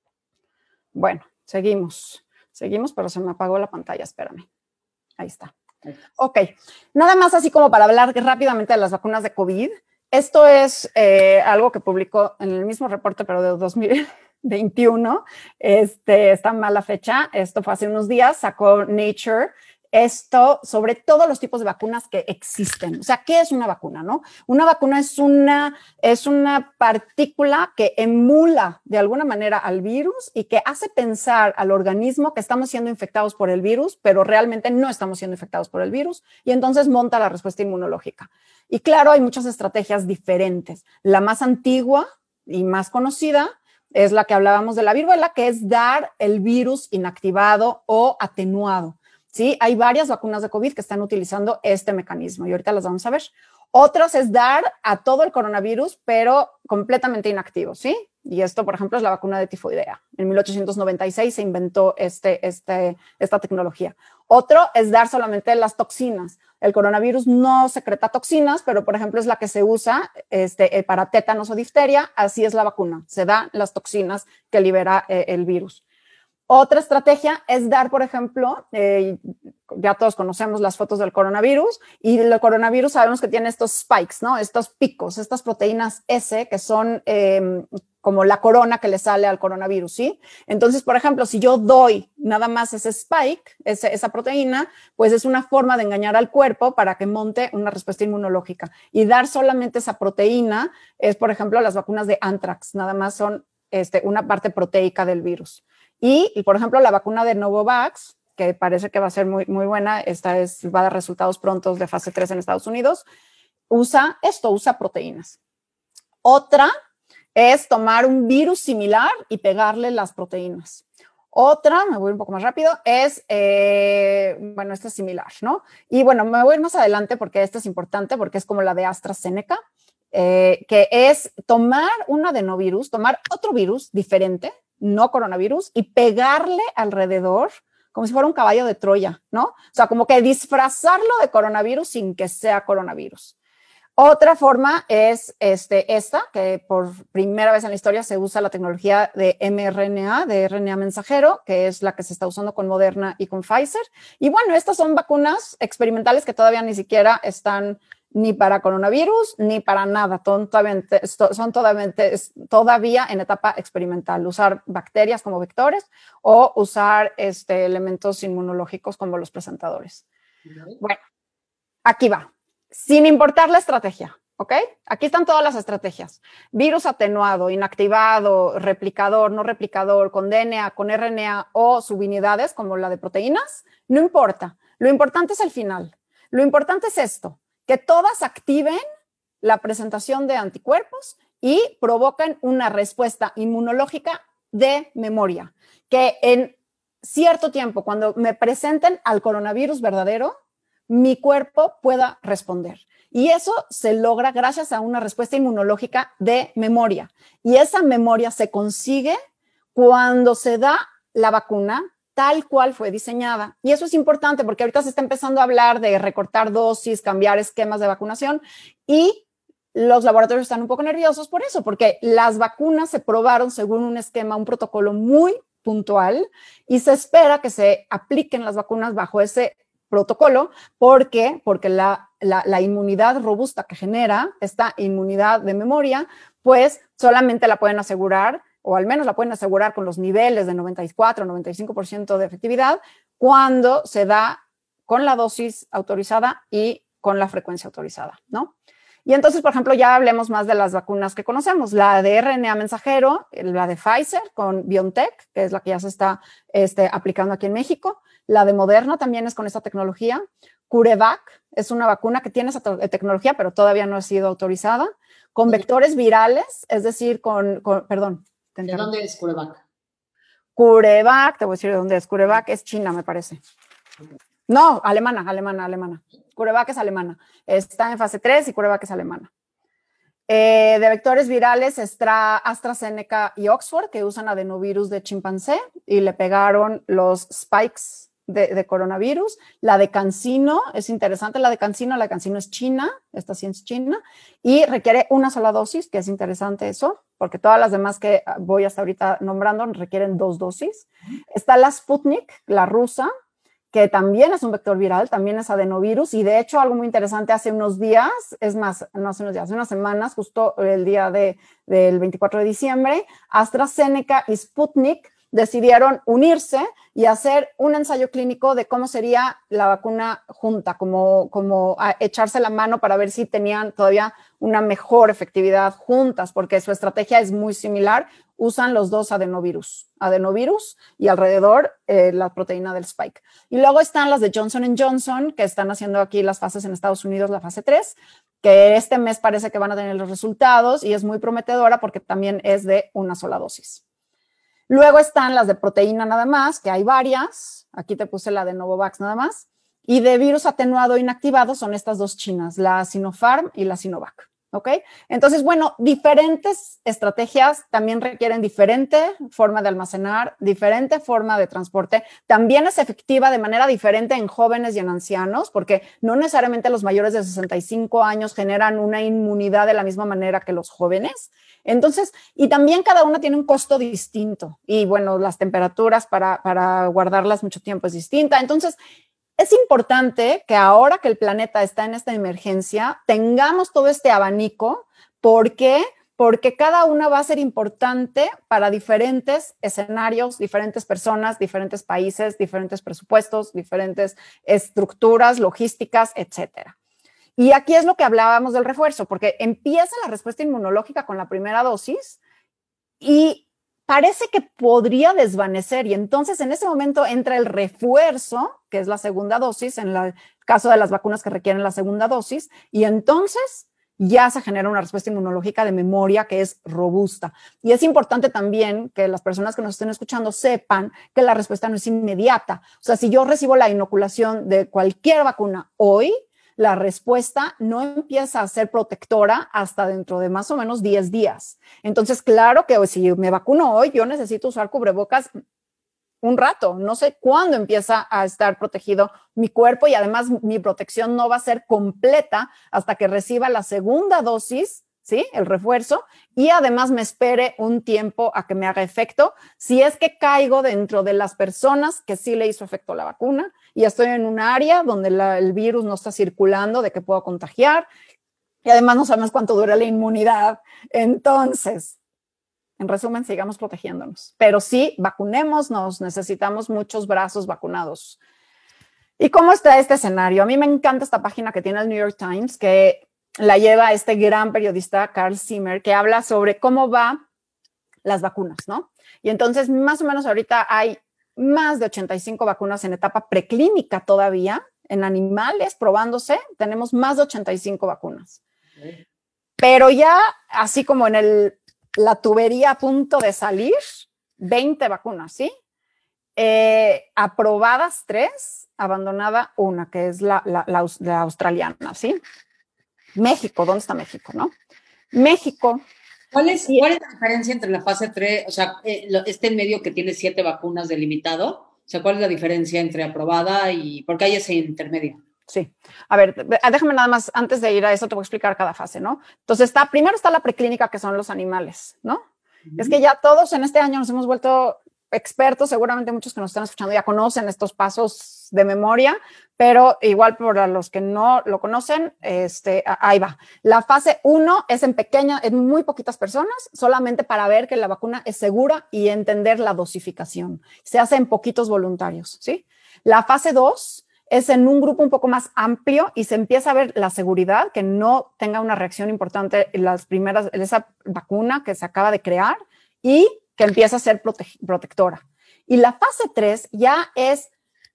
Bueno, seguimos, seguimos, pero se me apagó la pantalla, espérame. Ahí está. Ok, nada más así como para hablar rápidamente de las vacunas de COVID. Esto es eh, algo que publicó en el mismo reporte, pero de dos mil veintiuno. Este, está mal la fecha, esto fue hace unos días, sacó Nature esto sobre todos los tipos de vacunas que existen. O sea, ¿qué es una vacuna, no? Una vacuna es una, es una partícula que emula de alguna manera al virus y que hace pensar al organismo que estamos siendo infectados por el virus, pero realmente no estamos siendo infectados por el virus, y entonces monta la respuesta inmunológica. Y claro, hay muchas estrategias diferentes. La más antigua y más conocida es la que hablábamos de la viruela, que es dar el virus inactivado o atenuado. Sí, hay varias vacunas de COVID que están utilizando este mecanismo y ahorita las vamos a ver. Otros es dar a todo el coronavirus, pero completamente inactivo, ¿sí? Y esto, por ejemplo, es la vacuna de tifoidea. En mil ochocientos noventa y seis se inventó este, este, esta tecnología. Otro es dar solamente las toxinas. El coronavirus no secreta toxinas, pero, por ejemplo, es la que se usa este, para tétanos o difteria. Así es la vacuna. Se dan las toxinas que libera eh, el virus. Otra estrategia es dar, por ejemplo, eh, ya todos conocemos las fotos del coronavirus y el coronavirus sabemos que tiene estos spikes, ¿no? Estos picos, estas proteínas S que son eh, como la corona que le sale al coronavirus, ¿sí? Entonces, por ejemplo, si yo doy nada más ese spike, ese, esa proteína, pues es una forma de engañar al cuerpo para que monte una respuesta inmunológica. Y dar solamente esa proteína es, por ejemplo, las vacunas de Anthrax, nada más son este, una parte proteica del virus. Y, y, por ejemplo, la vacuna de Novavax, que parece que va a ser muy, muy buena, esta es, va a dar resultados prontos de fase tres en Estados Unidos, usa esto, usa proteínas. Otra es tomar un virus similar y pegarle las proteínas. Otra, me voy un poco más rápido, es, eh, bueno, esta es similar, ¿no? Y bueno, me voy a ir más adelante porque esta es importante, porque es como la de AstraZeneca, eh, que es tomar un adenovirus, tomar otro virus diferente, no coronavirus, y pegarle alrededor como si fuera un caballo de Troya, ¿no? O sea, como que disfrazarlo de coronavirus sin que sea coronavirus. Otra forma es este, esta, que por primera vez en la historia se usa la tecnología de mRNA, de R N A mensajero, que es la que se está usando con Moderna y con Pfizer. Y bueno, estas son vacunas experimentales que todavía ni siquiera están ni para coronavirus, ni para nada. Son todavía, son todavía, todavía en etapa experimental. Usar bacterias como vectores o usar este, elementos inmunológicos como los presentadores. Okay. Bueno, aquí va. Sin importar la estrategia, ¿ok? Aquí están todas las estrategias. Virus atenuado, inactivado, replicador, no replicador, con D N A, con R N A o subunidades como la de proteínas. No importa. Lo importante es el final. Lo importante es esto, que todas activen la presentación de anticuerpos y provoquen una respuesta inmunológica de memoria, que en cierto tiempo, cuando me presenten al coronavirus verdadero, mi cuerpo pueda responder. Y eso se logra gracias a una respuesta inmunológica de memoria. Y esa memoria se consigue cuando se da la vacuna tal cual fue diseñada. Y eso es importante porque ahorita se está empezando a hablar de recortar dosis, cambiar esquemas de vacunación y los laboratorios están un poco nerviosos por eso, porque las vacunas se probaron según un esquema, un protocolo muy puntual y se espera que se apliquen las vacunas bajo ese protocolo. ¿Por qué? Porque la, la, la inmunidad robusta que genera esta inmunidad de memoria, pues solamente la pueden asegurar o al menos la pueden asegurar con los niveles de noventa y cuatro, noventa y cinco por ciento de efectividad cuando se da con la dosis autorizada y con la frecuencia autorizada, ¿no? Y entonces, por ejemplo, ya hablemos más de las vacunas que conocemos. La de R N A mensajero, la de Pfizer con BioNTech, que es la que ya se está este, aplicando aquí en México. La de Moderna también es con esta tecnología. CureVac es una vacuna que tiene esa tecnología, pero todavía no ha sido autorizada. Con vectores virales, es decir, con, con perdón. ¿De dónde es CureVac? CureVac, te voy a decir de dónde es. CureVac es China, me parece. No, alemana, alemana, alemana. CureVac es alemana. Está en fase tres y CureVac es alemana. Eh, de vectores virales está AstraZeneca y Oxford, que usan adenovirus de chimpancé y le pegaron los spikes de, de coronavirus. La de CanSino es interesante. La de CanSino, la de CanSino es China, esta sí es China, y requiere una sola dosis, que es interesante eso, porque todas las demás que voy hasta ahorita nombrando requieren dos dosis. Está la Sputnik, la rusa, que también es un vector viral, también es adenovirus, y de hecho algo muy interesante, hace unos días, es más, no hace unos días, hace unas semanas, justo el día de, del veinticuatro de diciembre, AstraZeneca y Sputnik decidieron unirse y hacer un ensayo clínico de cómo sería la vacuna junta, como, como echarse la mano para ver si tenían todavía una mejor efectividad juntas, porque su estrategia es muy similar. Usan los dos adenovirus, adenovirus y alrededor eh, la proteína del spike. Y luego están las de Johnson and Johnson, que están haciendo aquí las fases en Estados Unidos, la fase tres, que este mes parece que van a tener los resultados y es muy prometedora porque también es de una sola dosis. Luego están las de proteína nada más, que hay varias. Aquí te puse la de Novavax nada más. Y de virus atenuado inactivado son estas dos chinas, la Sinopharm y la Sinovac. ¿Ok? Entonces, bueno, diferentes estrategias también requieren diferente forma de almacenar, diferente forma de transporte. También es efectiva de manera diferente en jóvenes y en ancianos, porque no necesariamente los mayores de sesenta y cinco años generan una inmunidad de la misma manera que los jóvenes. Entonces, y también cada una tiene un costo distinto. Y bueno, las temperaturas para, para guardarlas mucho tiempo es distinta. Entonces, es importante que ahora que el planeta está en esta emergencia, tengamos todo este abanico. ¿Por qué? Porque cada una va a ser importante para diferentes escenarios, diferentes personas, diferentes países, diferentes presupuestos, diferentes estructuras logísticas, etcétera. Y aquí es lo que hablábamos del refuerzo, porque empieza la respuesta inmunológica con la primera dosis y parece que podría desvanecer y entonces en ese momento entra el refuerzo, que es la segunda dosis, en el caso de las vacunas que requieren la segunda dosis, y entonces ya se genera una respuesta inmunológica de memoria que es robusta. Y es importante también que las personas que nos estén escuchando sepan que la respuesta no es inmediata. O sea, si yo recibo la inoculación de cualquier vacuna hoy, la respuesta no empieza a ser protectora hasta dentro de más o menos diez días. Entonces, claro que si me vacuno hoy, yo necesito usar cubrebocas un rato. No sé cuándo empieza a estar protegido mi cuerpo y además mi protección no va a ser completa hasta que reciba la segunda dosis ¿sí? El refuerzo, y además me espere un tiempo a que me haga efecto, si es que caigo dentro de las personas que sí le hizo efecto la vacuna y estoy en un área donde la, el virus no está circulando, de que puedo contagiar, y además no sabemos cuánto dura la inmunidad. Entonces, en resumen, sigamos protegiéndonos, pero sí, vacunémonos, necesitamos muchos brazos vacunados. ¿Y cómo está este escenario? A mí me encanta esta página que tiene el New York Times, que la lleva este gran periodista, Carl Zimmer, que habla sobre cómo van las vacunas, ¿no? Y entonces, más o menos ahorita hay más de ochenta y cinco vacunas en etapa preclínica todavía, en animales, probándose, tenemos más de ochenta y cinco vacunas. Okay. Pero ya, así como en el, la tubería a punto de salir, veinte vacunas, ¿sí? Eh, aprobadas tres, abandonada una, que es la, la, la, la australiana, ¿sí? México, ¿dónde está México, no? México. ¿Cuál es, ¿Cuál es la diferencia entre la fase tres, o sea, eh, este en medio que tiene siete vacunas delimitado? O sea, ¿cuál es la diferencia entre aprobada y por qué hay ese intermedio? Sí. A ver, déjame nada más, antes de ir a eso, te voy a explicar cada fase, ¿no? Entonces, está, primero está la preclínica, que son los animales, ¿no? Uh-huh. Es que ya todos en este año nos hemos vuelto expertos, seguramente muchos que nos están escuchando ya conocen estos pasos de memoria, pero igual para los que no lo conocen, este, ahí va. La fase uno es en pequeña, en muy poquitas personas, solamente para ver que la vacuna es segura y entender la dosificación. Se hace en poquitos voluntarios, ¿sí? La fase dos es en un grupo un poco más amplio y se empieza a ver la seguridad, que no tenga una reacción importante en las primeras, en esa vacuna que se acaba de crear y que empieza a ser prote- protectora. Y la fase tres ya es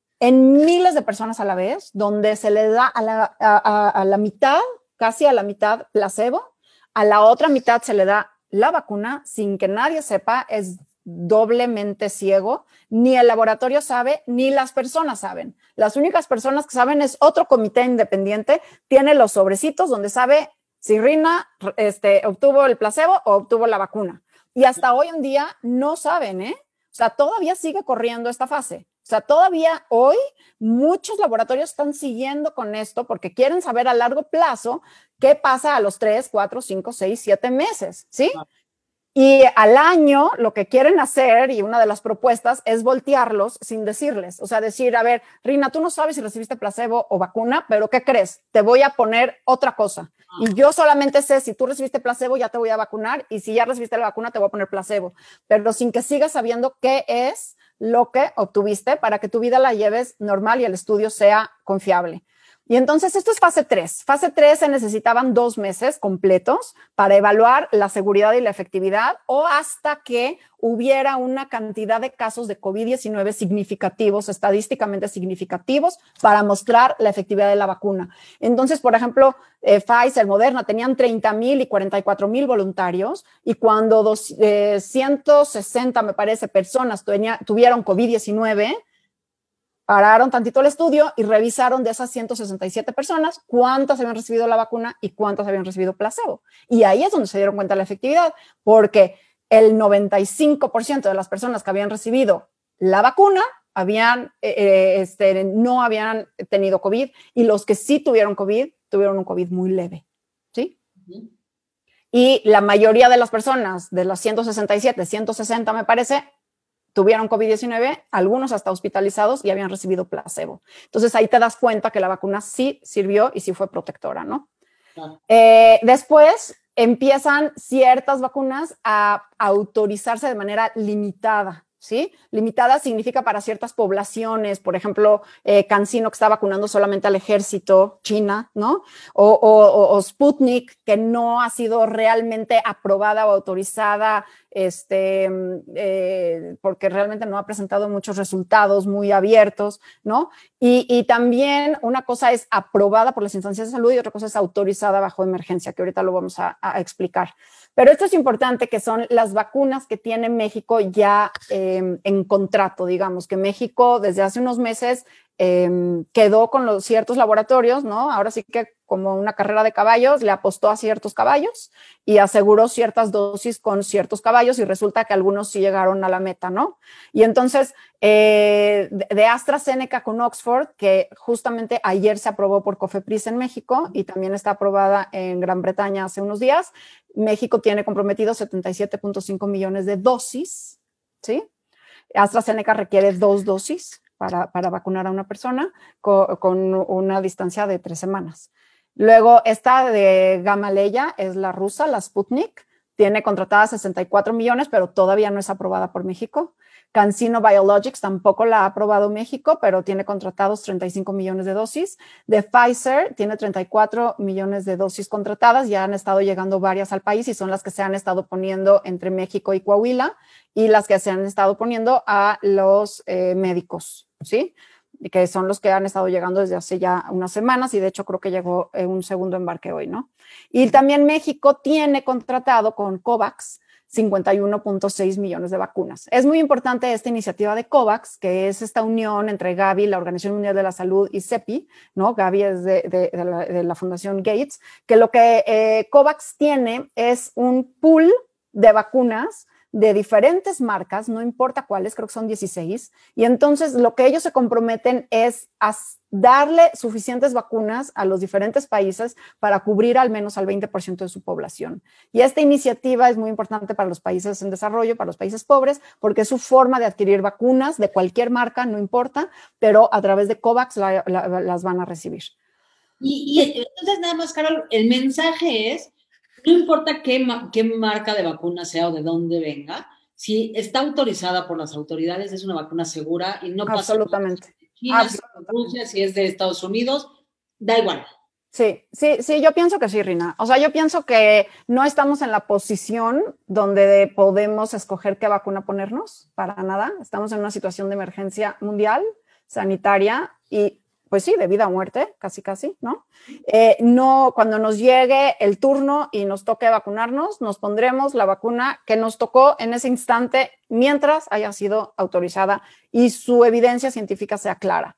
en miles de personas a la vez, donde se le da a la, a, a, a la mitad, casi a la mitad placebo, a la otra mitad se le da la vacuna sin que nadie sepa, es doblemente ciego, ni el laboratorio sabe, ni las personas saben. Las únicas personas que saben es otro comité independiente, tiene los sobrecitos donde sabe si Rina este, obtuvo el placebo o obtuvo la vacuna. Y hasta hoy en día no saben, ¿eh? O sea, todavía sigue corriendo esta fase. O sea, todavía hoy muchos laboratorios están siguiendo con esto porque quieren saber a largo plazo qué pasa a los tres, cuatro, cinco, seis, siete meses, ¿sí? Ah. Y al año lo que quieren hacer, y una de las propuestas, es voltearlos sin decirles. O sea, decir, a ver, Rina, tú no sabes si recibiste placebo o vacuna, pero ¿qué crees? Te voy a poner otra cosa. Y yo solamente sé si tú recibiste placebo, ya te voy a vacunar, y si ya recibiste la vacuna, te voy a poner placebo. Pero sin que sigas sabiendo qué es lo que obtuviste para que tu vida la lleves normal y el estudio sea confiable. Y entonces esto es fase tres. Fase tres se necesitaban dos meses completos para evaluar la seguridad y la efectividad o hasta que hubiera una cantidad de casos de COVID diecinueve significativos, estadísticamente significativos, para mostrar la efectividad de la vacuna. Entonces, por ejemplo, eh, Pfizer, Moderna tenían treinta mil y cuarenta y cuatro mil voluntarios y cuando dos, eh, ciento sesenta, me parece, personas tenía, tuvieron COVID diecinueve, pararon tantito el estudio y revisaron de esas ciento sesenta y siete personas cuántas habían recibido la vacuna y cuántas habían recibido placebo. Y ahí es donde se dieron cuenta de la efectividad, porque el noventa y cinco por ciento de las personas que habían recibido la vacuna habían, eh, este, no habían tenido COVID y los que sí tuvieron COVID, tuvieron un COVID muy leve, ¿sí? Uh-huh. Y la mayoría de las personas, de las ciento sesenta y siete, ciento sesenta me parece, tuvieron COVID diecinueve, algunos hasta hospitalizados y habían recibido placebo. Entonces ahí te das cuenta que la vacuna sí sirvió y sí fue protectora, ¿no? Ah. Eh, después empiezan ciertas vacunas a autorizarse de manera limitada, ¿sí? Limitada significa para ciertas poblaciones, por ejemplo, eh, CanSino, que está vacunando solamente al ejército, China, ¿no? O, o, o Sputnik, que no ha sido realmente aprobada o autorizada, este, eh, porque realmente no ha presentado muchos resultados muy abiertos, ¿no? Y, y también una cosa es aprobada por las instancias de salud y otra cosa es autorizada bajo emergencia, que ahorita lo vamos a, a explicar. Pero esto es importante, que son las vacunas que tiene México ya eh, en contrato, digamos, que México desde hace unos meses eh, quedó con los ciertos laboratorios, ¿no? Ahora sí que como una carrera de caballos, le apostó a ciertos caballos y aseguró ciertas dosis con ciertos caballos y resulta que algunos sí llegaron a la meta, ¿no? Y entonces, eh, de, de AstraZeneca con Oxford, que justamente ayer se aprobó por COFEPRIS en México y también está aprobada en Gran Bretaña hace unos días, México tiene comprometido setenta y siete punto cinco millones de dosis, ¿sí? AstraZeneca requiere dos dosis para, para vacunar a una persona con, con una distancia de tres semanas. Luego, esta de Gamaleya es la rusa, la Sputnik, tiene contratada sesenta y cuatro millones, pero todavía no es aprobada por México. CanSino Biologics tampoco la ha aprobado México, pero tiene contratados treinta y cinco millones de dosis. De Pfizer tiene treinta y cuatro millones de dosis contratadas, ya han estado llegando varias al país y son las que se han estado poniendo entre México y Coahuila y las que se han estado poniendo a los eh, médicos, ¿sí? Que son los que han estado llegando desde hace ya unas semanas y de hecho creo que llegó eh, un segundo embarque hoy, ¿no? Y también México tiene contratado con COVAX cincuenta y uno punto seis millones de vacunas. Es muy importante esta iniciativa de COVAX, que es esta unión entre Gavi, la Organización Mundial de la Salud, y CEPI, ¿no? Gavi es de, de, de, la, de la Fundación Gates, que lo que eh, COVAX tiene es un pool de vacunas de diferentes marcas, no importa cuáles, creo que son dieciséis, y entonces lo que ellos se comprometen es a darle suficientes vacunas a los diferentes países para cubrir al menos al veinte por ciento de su población. Y esta iniciativa es muy importante para los países en desarrollo, para los países pobres, porque es su forma de adquirir vacunas de cualquier marca, no importa, pero a través de COVAX la, la, las van a recibir. Y, y entonces nada más, Carol, el mensaje es, no importa qué, qué marca de vacuna sea o de dónde venga, si está autorizada por las autoridades, es una vacuna segura y no pasa Absolutamente. nada. China, Absolutamente. Si es Rusia, si es de Estados Unidos, da igual. Sí, sí, sí, yo pienso que sí, Rina. O sea, yo pienso que no estamos en la posición donde podemos escoger qué vacuna ponernos, para nada. Estamos en una situación de emergencia mundial, sanitaria y pues sí, de vida o muerte, casi casi, ¿no? Eh, no, cuando nos llegue el turno y nos toque vacunarnos, nos pondremos la vacuna que nos tocó en ese instante mientras haya sido autorizada y su evidencia científica sea clara.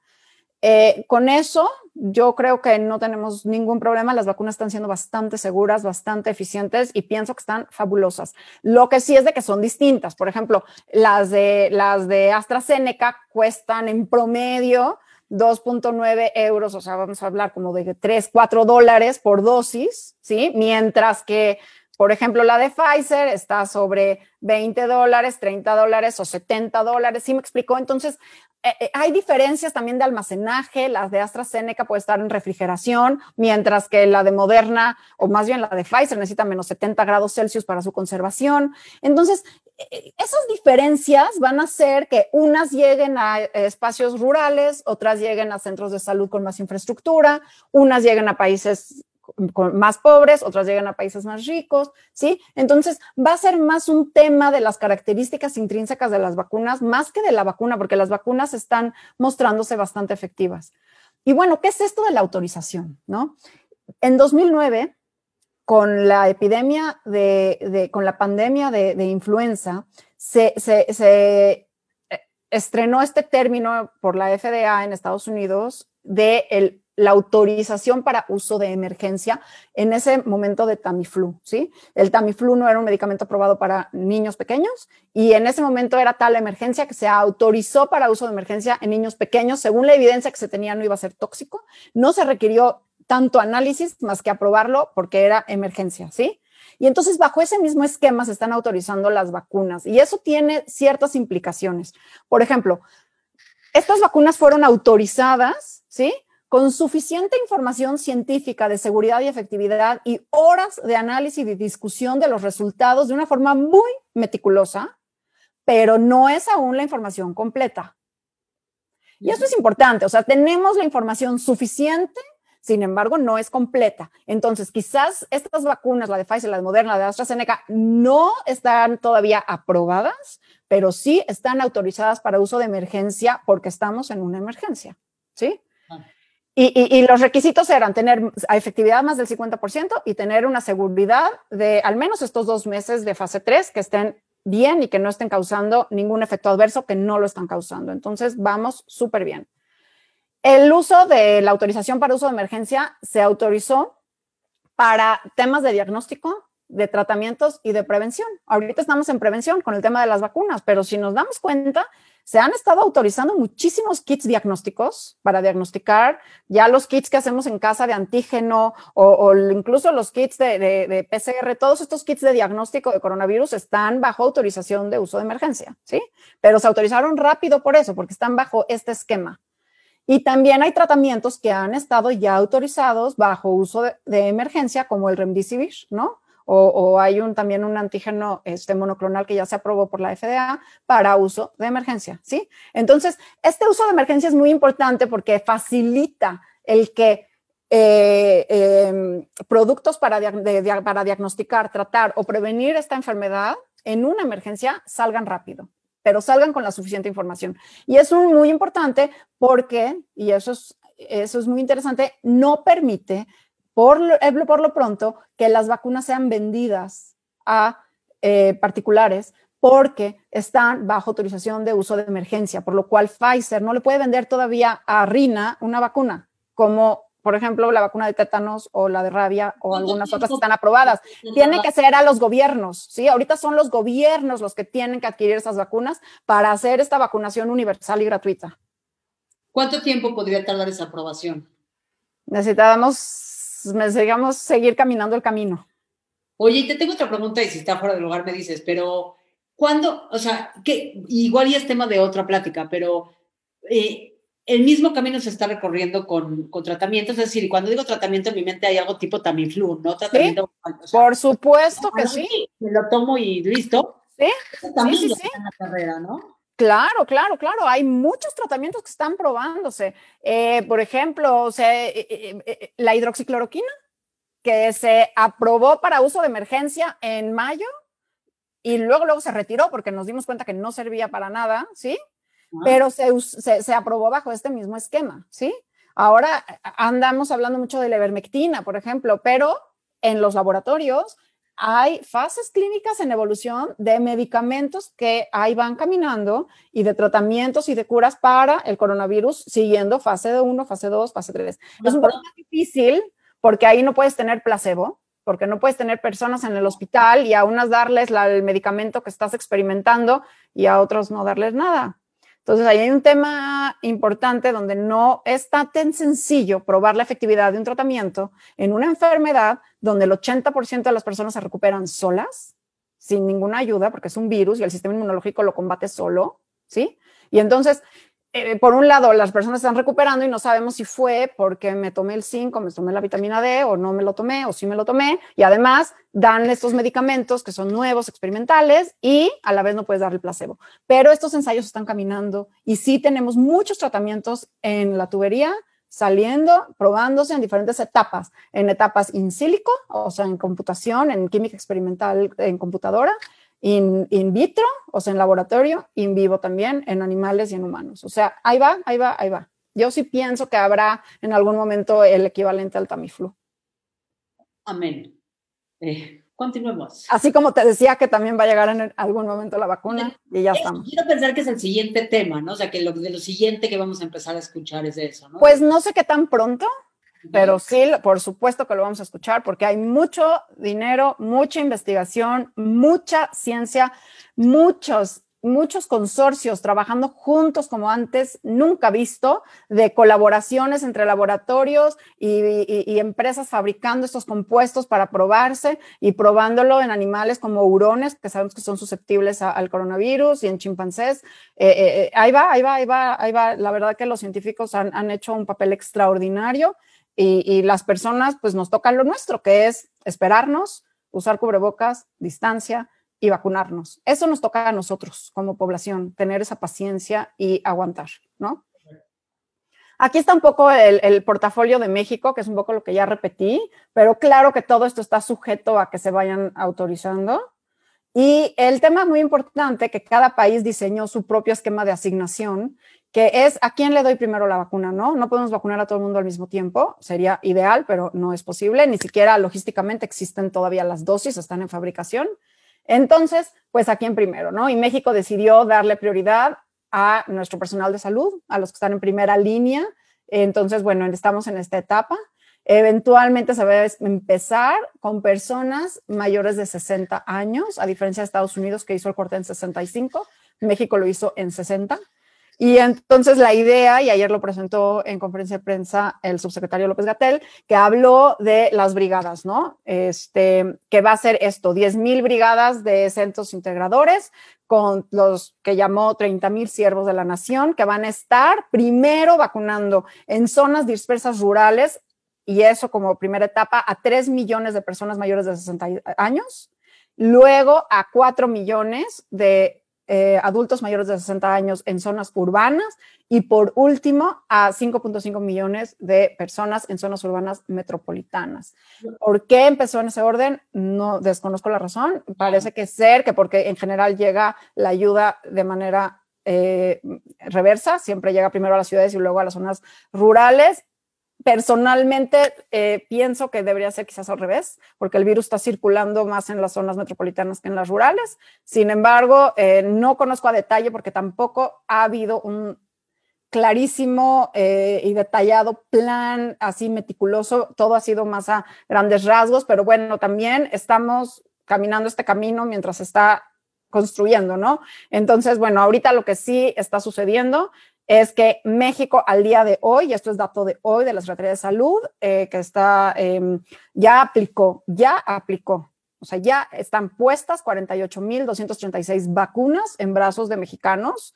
Eh, con eso, yo creo que no tenemos ningún problema. Las vacunas están siendo bastante seguras, bastante eficientes y pienso que están fabulosas. Lo que sí es de que son distintas. Por ejemplo, las de, las de AstraZeneca cuestan en promedio dos punto nueve euros, o sea, vamos a hablar como de tres, cuatro dólares por dosis, ¿sí? Mientras que, por ejemplo, la de Pfizer está sobre veinte dólares, treinta dólares o setenta dólares, ¿sí me explicó? Entonces, eh, hay diferencias también de almacenaje. Las de AstraZeneca puede estar en refrigeración, mientras que la de Moderna, o más bien la de Pfizer, necesita menos setenta grados Celsius para su conservación. Entonces, esas diferencias van a hacer que unas lleguen a espacios rurales, otras lleguen a centros de salud con más infraestructura, unas lleguen a países más pobres, otras lleguen a países más ricos, ¿sí? Entonces, va a ser más un tema de las características intrínsecas de las vacunas, más que de la vacuna, porque las vacunas están mostrándose bastante efectivas. Y bueno, ¿qué es esto de la autorización, no? En dos mil nueve, con la epidemia de, de con la pandemia de, de influenza, se, se, se estrenó este término por la F D A en Estados Unidos de el, la autorización para uso de emergencia en ese momento de Tamiflu, ¿sí? El Tamiflu no era un medicamento aprobado para niños pequeños y en ese momento era tal la emergencia que se autorizó para uso de emergencia en niños pequeños. Según la evidencia que se tenía, no iba a ser tóxico, no se requirió tanto análisis más que aprobarlo porque era emergencia, ¿sí? Y entonces bajo ese mismo esquema se están autorizando las vacunas y eso tiene ciertas implicaciones. Por ejemplo, estas vacunas fueron autorizadas, ¿sí? Con suficiente información científica de seguridad y efectividad y horas de análisis y discusión de los resultados de una forma muy meticulosa, pero no es aún la información completa. Y esto es importante, o sea, tenemos la información suficiente. Sin embargo, no es completa. Entonces, quizás estas vacunas, la de Pfizer, la de Moderna, la de AstraZeneca, no están todavía aprobadas, pero sí están autorizadas para uso de emergencia porque estamos en una emergencia, ¿sí? Ah. Y, y, y los requisitos eran tener efectividad más del cincuenta por ciento y tener una seguridad de al menos estos dos meses de fase tres que estén bien y que no estén causando ningún efecto adverso, que no lo están causando. Entonces, vamos súper bien. El uso de la autorización para uso de emergencia se autorizó para temas de diagnóstico, de tratamientos y de prevención. Ahorita estamos en prevención con el tema de las vacunas, pero si nos damos cuenta, se han estado autorizando muchísimos kits diagnósticos para diagnosticar, ya los kits que hacemos en casa de antígeno o, o incluso los kits de, de, de P C R, todos estos kits de diagnóstico de coronavirus están bajo autorización de uso de emergencia, ¿sí? Pero se autorizaron rápido por eso, porque están bajo este esquema. Y también hay tratamientos que han estado ya autorizados bajo uso de, de emergencia, como el Remdesivir, ¿no? O, o hay un, también un antígeno este, monoclonal que ya se aprobó por la F D A para uso de emergencia, ¿sí? Entonces, este uso de emergencia es muy importante porque facilita el que eh, eh, productos para, de, de, para diagnosticar, tratar o prevenir esta enfermedad en una emergencia salgan rápido, pero salgan con la suficiente información. Y es un, muy importante porque, y eso es, eso es muy interesante, no permite, por lo, por lo pronto, que las vacunas sean vendidas a eh, particulares porque están bajo autorización de uso de emergencia, por lo cual Pfizer no le puede vender todavía a Rina una vacuna, como por ejemplo la vacuna de tétanos o la de rabia o algunas otras que están aprobadas. Tiene que ser a los gobiernos, ¿sí? Ahorita son los gobiernos los que tienen que adquirir esas vacunas para hacer esta vacunación universal y gratuita. ¿Cuánto tiempo podría tardar esa aprobación? Necesitamos, necesitamos seguir caminando el camino. Oye, te tengo otra pregunta y si está fuera de lugar me dices, pero ¿cuándo? O sea, que igual ya es tema de otra plática, pero eh, el mismo camino se está recorriendo con, con tratamientos, es decir, cuando digo tratamiento en mi mente hay algo tipo Tamiflu, ¿no? Tratamiento, ¿Sí? O sea, por supuesto que sí. Me lo tomo y listo. Sí, también sí, sí, sí. En la carrera, ¿no? Claro, claro, claro. Hay muchos tratamientos que están probándose. Eh, por ejemplo, o sea, eh, eh, eh, la hidroxicloroquina, que se aprobó para uso de emergencia en mayo y luego, luego se retiró porque nos dimos cuenta que no servía para nada, ¿sí? Ah. Pero se, se, se aprobó bajo este mismo esquema, ¿sí? Ahora andamos hablando mucho de la ivermectina, por ejemplo, pero en los laboratorios hay fases clínicas en evolución de medicamentos que ahí van caminando y de tratamientos y de curas para el coronavirus siguiendo fase uno, fase dos, fase tres. No, es un poco más difícil porque ahí no puedes tener placebo, porque no puedes tener personas en el hospital y a unas darles la, el medicamento que estás experimentando y a otros no darles nada. Entonces, ahí hay un tema importante donde no está tan sencillo probar la efectividad de un tratamiento en una enfermedad donde el ochenta por ciento de las personas se recuperan solas, sin ninguna ayuda, porque es un virus y el sistema inmunológico lo combate solo, ¿sí? Y entonces, eh, por un lado, las personas están recuperando y no sabemos si fue porque me tomé el zinc, o me tomé la vitamina D, o no me lo tomé, o sí me lo tomé, y además dan estos medicamentos que son nuevos, experimentales, y a la vez no puedes dar el placebo. Pero estos ensayos están caminando y sí tenemos muchos tratamientos en la tubería saliendo, probándose en diferentes etapas, en etapas in silico, o sea, en computación, en química experimental en computadora, In, in vitro, o sea, en laboratorio, in vivo también, en animales y en humanos. O sea, ahí va, ahí va, ahí va. Yo sí pienso que habrá en algún momento el equivalente al Tamiflu. Amén. Eh, continuemos. Así como te decía que también va a llegar en algún momento la vacuna y ya estamos. Quiero pensar que es el siguiente tema, ¿no? O sea, que lo, de lo siguiente que vamos a empezar a escuchar es de eso, ¿no? Pues no sé qué tan pronto, pero sí, por supuesto que lo vamos a escuchar porque hay mucho dinero, mucha investigación, mucha ciencia, muchos, muchos consorcios trabajando juntos como antes nunca visto, de colaboraciones entre laboratorios y, y, y empresas fabricando estos compuestos para probarse y probándolo en animales como hurones, que sabemos que son susceptibles a, al coronavirus, y en chimpancés. Eh, eh, ahí va, ahí va, ahí va, ahí va. La verdad que los científicos han, han hecho un papel extraordinario. Y, y las personas, pues nos toca lo nuestro, que es esperarnos, usar cubrebocas, distancia y vacunarnos. Eso nos toca a nosotros como población, tener esa paciencia y aguantar, ¿no? Aquí está un poco el, el portafolio de México, que es un poco lo que ya repetí, pero claro que todo esto está sujeto a que se vayan autorizando. Y el tema muy importante, que cada país diseñó su propio esquema de asignación, que es a quién le doy primero la vacuna, ¿no? No podemos vacunar a todo el mundo al mismo tiempo, sería ideal, pero no es posible, ni siquiera logísticamente existen todavía las dosis, están en fabricación. Entonces, pues a quién primero, ¿no? Y México decidió darle prioridad a nuestro personal de salud, a los que están en primera línea, Entonces, bueno, estamos en esta etapa. Eventualmente se va a empezar con personas mayores de sesenta años, a diferencia de Estados Unidos, que hizo el corte en sesenta y cinco, México lo hizo en sesenta. Y entonces la idea, y ayer lo presentó en conferencia de prensa el subsecretario López-Gatell, que habló de las brigadas, ¿no? Este, que va a ser esto, diez mil brigadas de centros integradores con los que llamó treinta mil siervos de la nación, que van a estar primero vacunando en zonas dispersas rurales, y eso como primera etapa, a tres millones de personas mayores de sesenta años, luego a cuatro millones de Eh, adultos mayores de sesenta años en zonas urbanas y por último a cinco punto cinco millones de personas en zonas urbanas metropolitanas. ¿Por qué empezó en ese orden? No desconozco la razón. Parece que ser que porque en general llega la ayuda de manera eh, reversa, siempre llega primero a las ciudades y luego a las zonas rurales. Personalmente eh, pienso que debería ser quizás al revés, porque el virus está circulando más en las zonas metropolitanas que en las rurales. Sin embargo, eh, no conozco a detalle porque tampoco ha habido un clarísimo eh, y detallado plan así meticuloso. Todo ha sido más a grandes rasgos, pero bueno, también estamos caminando este camino mientras se está construyendo, ¿no? Entonces, bueno, ahorita lo que sí está sucediendo es que México al día de hoy, y esto es dato de hoy de la Secretaría de Salud, eh, que está, eh, ya aplicó, ya aplicó, o sea, ya están puestas cuarenta y ocho mil doscientas treinta y seis vacunas en brazos de mexicanos.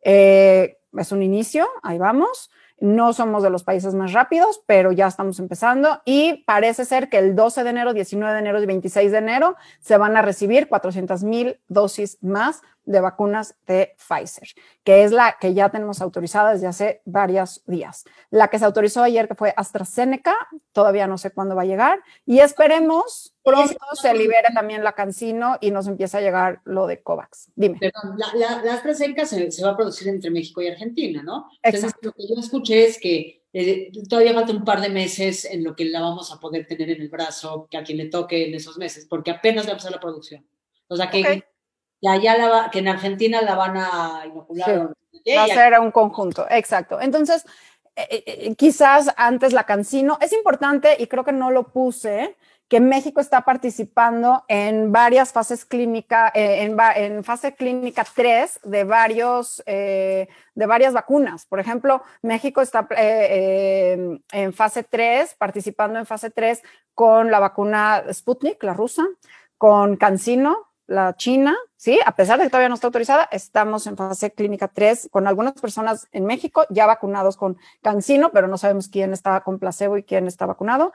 Eh, es un inicio, ahí vamos. No somos de los países más rápidos, pero ya estamos empezando y parece ser que el doce de enero, diecinueve de enero y veintiséis de enero se van a recibir cuatrocientas mil dosis más de vacunas de Pfizer, que es la que ya tenemos autorizada desde hace varios días. La que se autorizó ayer, que fue AstraZeneca, todavía no sé cuándo va a llegar y esperemos pronto se libere también la CanSino y nos empiece a llegar lo de COVAX. Dime. Perdón, la, la, la AstraZeneca se, se va a producir entre México y Argentina, ¿no? Exacto. Entonces, lo que yo escuché es que eh, todavía falta un par de meses en lo que la vamos a poder tener en el brazo, que a quien le toque en esos meses, porque apenas va a empezar la producción. O sea, que, okay. ya, ya la va, que en Argentina la van a inocular. Sí. Va a ser un conjunto, exacto. Entonces, eh, eh, quizás antes la CanSino, es importante y creo que no lo puse, que México está participando en varias fases clínicas, eh, en, en fase clínica tres de, varios, eh, de varias vacunas. Por ejemplo, México está eh, eh, en fase tres, participando en fase tres con la vacuna Sputnik, la rusa, con CanSino, la china, ¿sí? A pesar de que todavía no está autorizada, estamos en fase clínica tres con algunas personas en México ya vacunados con CanSino, pero no sabemos quién está con placebo y quién está vacunado.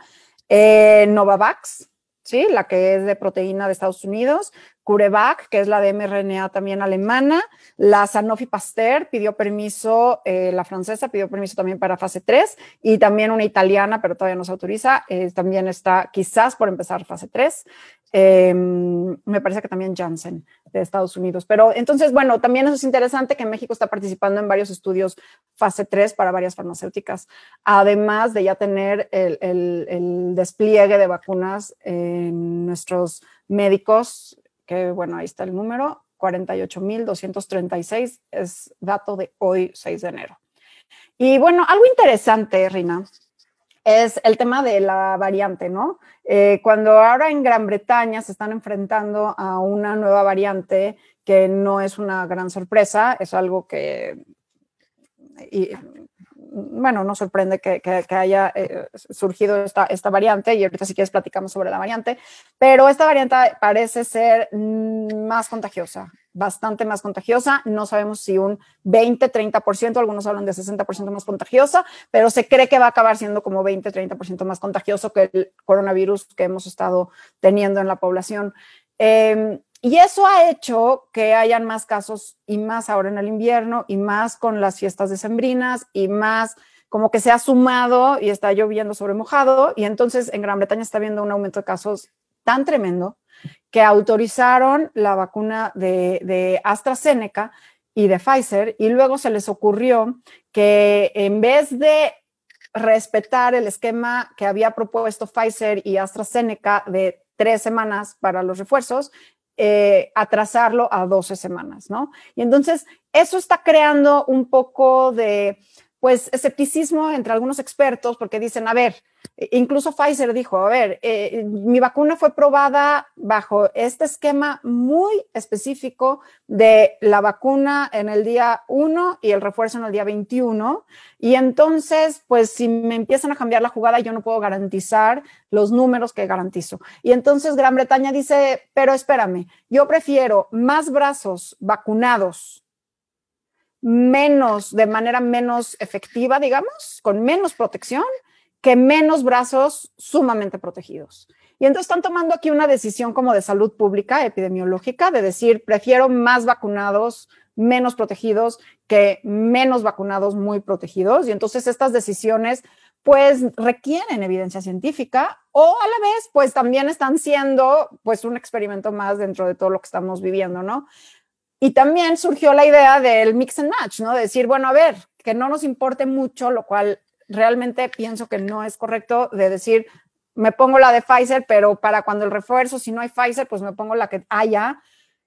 Eh, Novavax, ¿sí? La que es de proteína de Estados Unidos, CureVac, que es la de M R N A también alemana, la Sanofi Pasteur pidió permiso, eh, la francesa pidió permiso también para fase tres y también una italiana, pero todavía no se autoriza, eh, también está quizás por empezar fase tres. Eh, me parece que también Janssen de Estados Unidos, pero entonces, bueno, también eso es interesante que México está participando en varios estudios fase tres para varias farmacéuticas, además de ya tener el, el, el despliegue de vacunas en nuestros médicos, que bueno, ahí está el número, cuarenta y ocho mil doscientos treinta y seis, es dato de hoy, seis de enero. Y bueno, algo interesante, Rina, es el tema de la variante, ¿no? Eh, cuando ahora en Gran Bretaña se están enfrentando a una nueva variante que no es una gran sorpresa, es algo que, y, bueno, no sorprende que, que, que haya eh, surgido esta, esta variante, y ahorita si quieres platicamos sobre la variante, pero esta variante parece ser mm, más contagiosa, bastante más contagiosa, no sabemos si un veinte, treinta por ciento, algunos hablan de sesenta por ciento más contagiosa, pero se cree que va a acabar siendo como veinte, treinta por ciento más contagioso que el coronavirus que hemos estado teniendo en la población. Eh, y eso ha hecho que hayan más casos y más ahora en el invierno y más con las fiestas decembrinas y más como que se ha sumado y está lloviendo sobre mojado, y entonces en Gran Bretaña está habiendo un aumento de casos tan tremendo que autorizaron la vacuna de, de AstraZeneca y de Pfizer, y luego se les ocurrió que en vez de respetar el esquema que había propuesto Pfizer y AstraZeneca de tres semanas para los refuerzos, eh, atrasarlo a doce semanas, ¿no? Y entonces eso está creando un poco de, pues escepticismo entre algunos expertos porque dicen, a ver, incluso Pfizer dijo, a ver, eh, mi vacuna fue probada bajo este esquema muy específico de la vacuna en el día uno y el refuerzo en el día veintiuno, y entonces, pues si me empiezan a cambiar la jugada, yo no puedo garantizar los números que garantizo. Y entonces Gran Bretaña dice, pero espérame, yo prefiero más brazos vacunados menos, de manera menos efectiva, digamos, con menos protección, que menos brazos sumamente protegidos. Y entonces están tomando aquí una decisión como de salud pública, epidemiológica, de decir, prefiero más vacunados, menos protegidos, que menos vacunados, muy protegidos. Y entonces estas decisiones, pues, requieren evidencia científica o a la vez, pues, también están siendo, pues, un experimento más dentro de todo lo que estamos viviendo, ¿no? Y también surgió la idea del mix and match, ¿no? De decir, bueno, a ver, que no nos importe mucho, lo cual realmente pienso que no es correcto, de decir, me pongo la de Pfizer, pero para cuando el refuerzo, si no hay Pfizer, pues me pongo la que haya.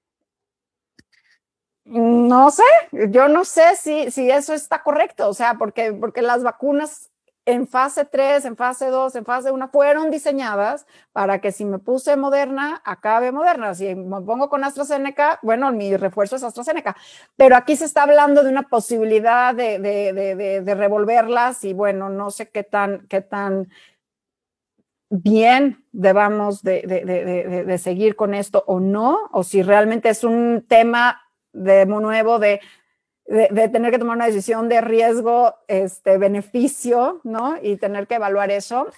No sé, yo no sé si, si eso está correcto, o sea, porque, porque las vacunas en fase tres, en fase dos, en fase uno fueron diseñadas para que si me puse Moderna, acabe Moderna. Si me pongo con AstraZeneca, bueno, mi refuerzo es AstraZeneca. Pero aquí se está hablando de una posibilidad de, de, de, de, de revolverlas y bueno, no sé qué tan, qué tan bien debamos de, de, de, de, de seguir con esto o no, o si realmente es un tema de nuevo de De, de tener que tomar una decisión de riesgo, este, beneficio, ¿no? Y tener que evaluar eso.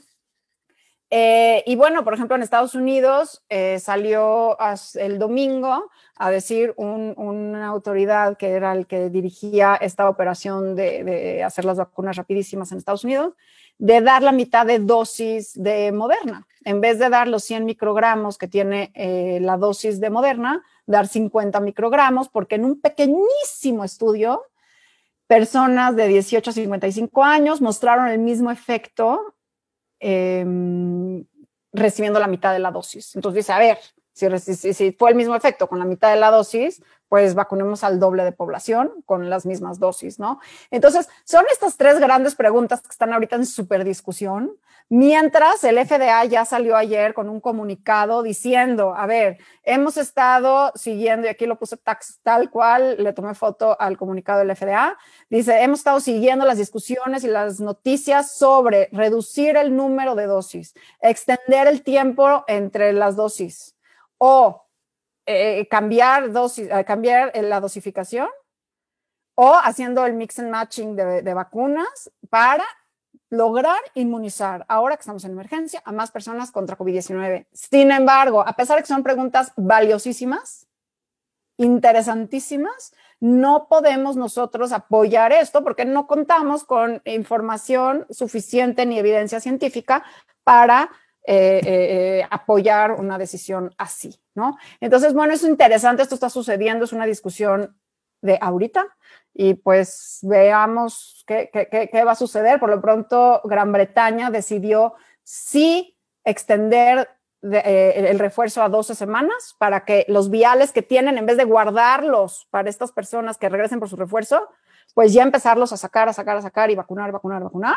Eh, y bueno, por ejemplo, en Estados Unidos eh, salió el domingo a decir un, una autoridad que era el que dirigía esta operación de, de hacer las vacunas rapidísimas en Estados Unidos, de dar la mitad de dosis de Moderna. En vez de dar los cien microgramos que tiene eh, la dosis de Moderna, dar cincuenta microgramos, porque en un pequeñísimo estudio, personas de dieciocho a cincuenta y cinco años mostraron el mismo efecto eh, recibiendo la mitad de la dosis. Entonces dice, a ver, si, si, si fue el mismo efecto con la mitad de la dosis, pues vacunemos al doble de población con las mismas dosis, ¿no? Entonces, son estas tres grandes preguntas que están ahorita en súper discusión, mientras el F D A ya salió ayer con un comunicado diciendo, a ver, hemos estado siguiendo, y aquí lo puse tal cual, le tomé foto al comunicado del F D A, dice, hemos estado siguiendo las discusiones y las noticias sobre reducir el número de dosis, extender el tiempo entre las dosis, o eh, cambiar, dosis, eh, cambiar la dosificación, o haciendo el mix and matching de, de vacunas para lograr inmunizar, ahora que estamos en emergencia, a más personas contra COVID diecinueve. Sin embargo, a pesar de que son preguntas valiosísimas, interesantísimas, no podemos nosotros apoyar esto porque no contamos con información suficiente ni evidencia científica para Eh, eh, apoyar una decisión así, ¿no? Entonces, bueno, es interesante, esto está sucediendo, es una discusión de ahorita y pues veamos qué, qué, qué va a suceder. Por lo pronto, Gran Bretaña decidió sí extender de, eh, el refuerzo a doce semanas para que los viales que tienen, en vez de guardarlos para estas personas que regresen por su refuerzo, pues ya empezarlos a sacar, a sacar, a sacar y vacunar, vacunar, vacunar.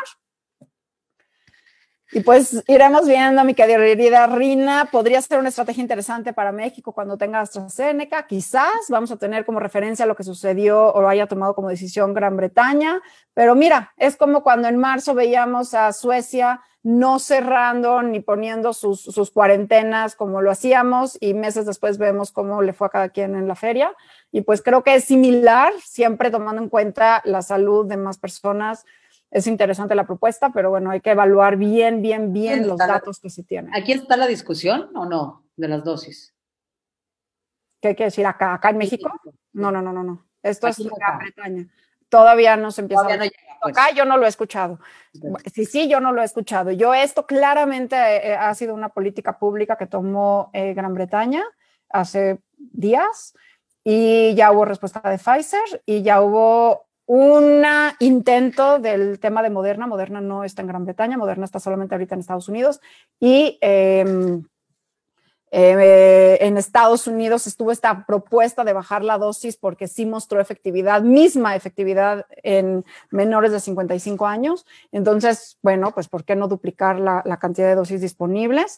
Y pues iremos viendo, mi querida Rina, podría ser una estrategia interesante para México cuando tenga AstraZeneca, quizás vamos a tener como referencia lo que sucedió o lo haya tomado como decisión Gran Bretaña, pero mira, es como cuando en marzo veíamos a Suecia no cerrando ni poniendo sus, sus cuarentenas como lo hacíamos y meses después vemos cómo le fue a cada quien en la feria y pues creo que es similar, siempre tomando en cuenta la salud de más personas. Es interesante la propuesta, pero bueno, hay que evaluar bien, bien, bien los datos que se tienen. ¿Aquí está la discusión o no de las dosis? ¿Qué hay que decir acá? ¿Acá en México? No, no, no, no, no. Esto es Gran Bretaña. Todavía no se empieza a... No llega, pues. Acá yo no lo he escuchado. Entonces. Sí, sí, yo no lo he escuchado. Yo esto claramente eh, ha sido una política pública que tomó eh, Gran Bretaña hace días y ya hubo respuesta de Pfizer y ya hubo un intento del tema de Moderna. Moderna no está en Gran Bretaña, Moderna está solamente ahorita en Estados Unidos y eh, Eh, en Estados Unidos estuvo esta propuesta de bajar la dosis porque sí mostró efectividad, misma efectividad en menores de cincuenta y cinco años. Entonces, bueno, pues ¿por qué no duplicar la, la cantidad de dosis disponibles?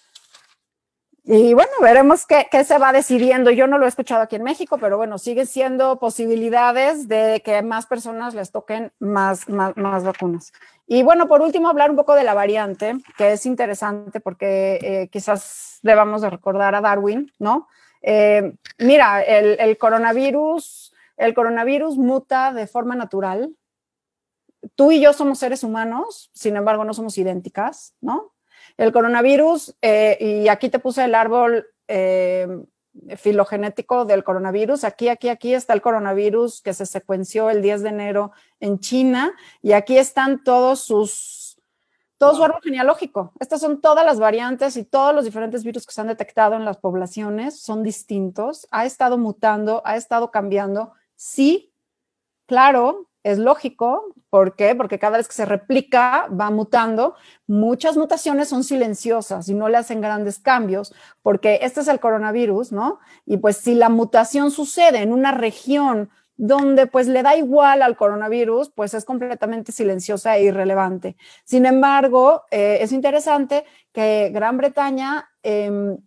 Y bueno, veremos qué, qué se va decidiendo. Yo no lo he escuchado aquí en México, pero bueno, siguen siendo posibilidades de que más personas les toquen más, más, más vacunas. Y bueno, por último, hablar un poco de la variante, que es interesante porque eh, quizás debamos de recordar a Darwin, ¿no? Eh, mira, el, el coronavirus, el coronavirus muta de forma natural. Tú y yo somos seres humanos, sin embargo, no somos idénticas, ¿no? El coronavirus, eh, y aquí te puse el árbol eh, filogenético del coronavirus. Aquí, aquí, aquí está el coronavirus que se secuenció el diez de enero en China, y aquí están todos sus, todo su árbol genealógico. Estas son todas las variantes y todos los diferentes virus que se han detectado en las poblaciones. Son distintos, ha estado mutando, ha estado cambiando. Sí, claro, es lógico. ¿Por qué? Porque cada vez que se replica va mutando. Muchas mutaciones son silenciosas y no le hacen grandes cambios, porque este es el coronavirus, ¿no? Y pues si la mutación sucede en una región donde pues le da igual al coronavirus, pues es completamente silenciosa e irrelevante. Sin embargo, eh, es interesante que Gran Bretaña eh,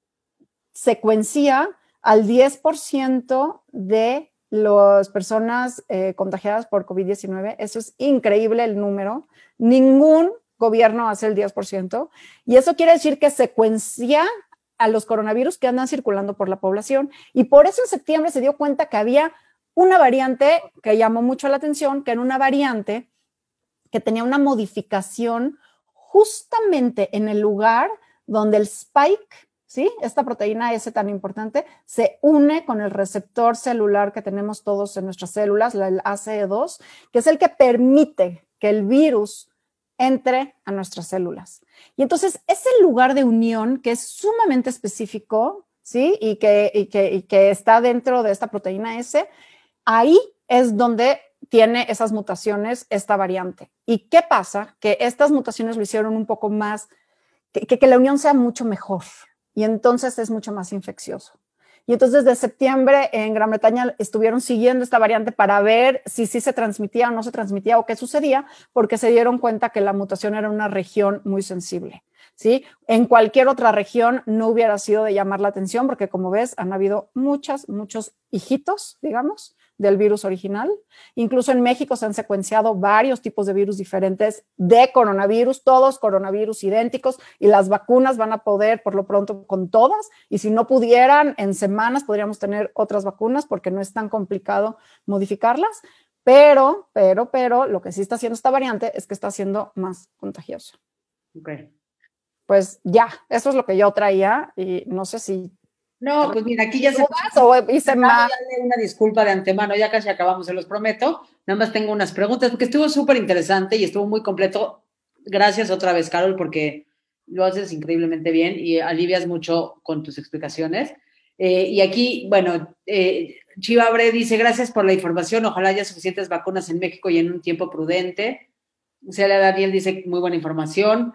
secuencia al diez por ciento de las personas eh, contagiadas por COVID diecinueve. Eso es increíble el número. Ningún gobierno hace el diez por ciento. Y eso quiere decir que secuencia a los coronavirus que andan circulando por la población. Y por eso en septiembre se dio cuenta que había una variante que llamó mucho la atención, que era una variante que tenía una modificación justamente en el lugar donde el spike, ¿sí? Esta proteína S tan importante, se une con el receptor celular que tenemos todos en nuestras células, el A C E dos, que es el que permite que el virus entre a nuestras células. Y entonces ese lugar de unión que es sumamente específico, ¿sí? Y que, y que, y que está dentro de esta proteína S, ahí es donde tiene esas mutaciones esta variante. ¿Y qué pasa? Que estas mutaciones lo hicieron un poco más, que, que la unión sea mucho mejor, y entonces es mucho más infeccioso. Y entonces desde septiembre en Gran Bretaña estuvieron siguiendo esta variante para ver si sí se transmitía o no se transmitía o qué sucedía, porque se dieron cuenta que la mutación era una región muy sensible, ¿sí? En cualquier otra región no hubiera sido de llamar la atención, porque como ves han habido muchas, muchos hijitos, digamos, del virus original. Incluso en México se han secuenciado varios tipos de virus diferentes de coronavirus, todos coronavirus idénticos, y las vacunas van a poder por lo pronto con todas, y si no pudieran, en semanas podríamos tener otras vacunas porque no es tan complicado modificarlas, pero, pero, pero, lo que sí está haciendo esta variante es que está siendo más contagiosa. Okay. Pues ya, eso es lo que yo traía, y no sé si... No, pues mira, aquí ya se... O hice más. Una disculpa de antemano, ya casi acabamos, se los prometo. Nada más tengo unas preguntas, porque estuvo súper interesante y estuvo muy completo. Gracias otra vez, Carol, porque lo haces increíblemente bien y alivias mucho con tus explicaciones. Eh, y aquí, bueno, eh, Chivabre dice, gracias por la información, ojalá haya suficientes vacunas en México y en un tiempo prudente. Celia Daniel dice, muy buena información.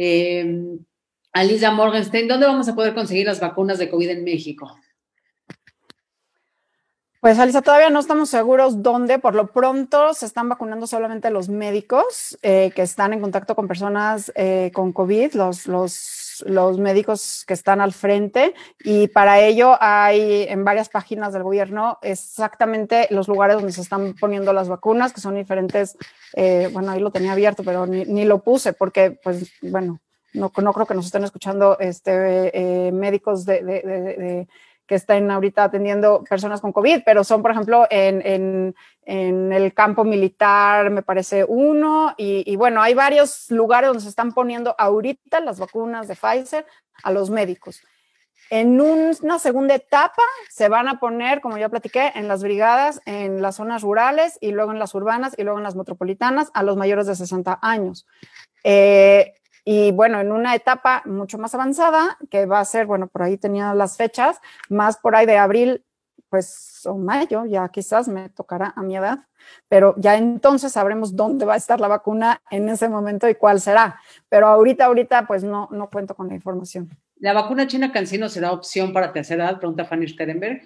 Eh, Alisa Morgenstein, ¿dónde vamos a poder conseguir las vacunas de COVID en México? Pues, Alisa, todavía no estamos seguros dónde. Por lo pronto se están vacunando solamente los médicos eh, que están en contacto con personas eh, con COVID, los, los, los médicos que están al frente, y para ello hay en varias páginas del gobierno exactamente los lugares donde se están poniendo las vacunas, que son diferentes. Eh, bueno, ahí lo tenía abierto, pero ni, ni lo puse porque, pues, bueno, no, no creo que nos estén escuchando este, eh, médicos de, de, de, de que estén ahorita atendiendo personas con COVID, pero son, por ejemplo, en, en, en el campo militar, me parece uno, y, y bueno, hay varios lugares donde se están poniendo ahorita las vacunas de Pfizer a los médicos. En un, una segunda etapa se van a poner, como ya platiqué, en las brigadas, en las zonas rurales, y luego en las urbanas, y luego en las metropolitanas, a los mayores de sesenta años. Eh, Y bueno, en una etapa mucho más avanzada, que va a ser, bueno, por ahí tenía las fechas, más por ahí de abril, pues, o mayo, ya quizás me tocará a mi edad, pero ya entonces sabremos dónde va a estar la vacuna en ese momento y cuál será. Pero ahorita, ahorita, pues no, no cuento con la información. ¿La vacuna china CanSino será opción para tercera edad? Pregunta Fanny Sterenberg.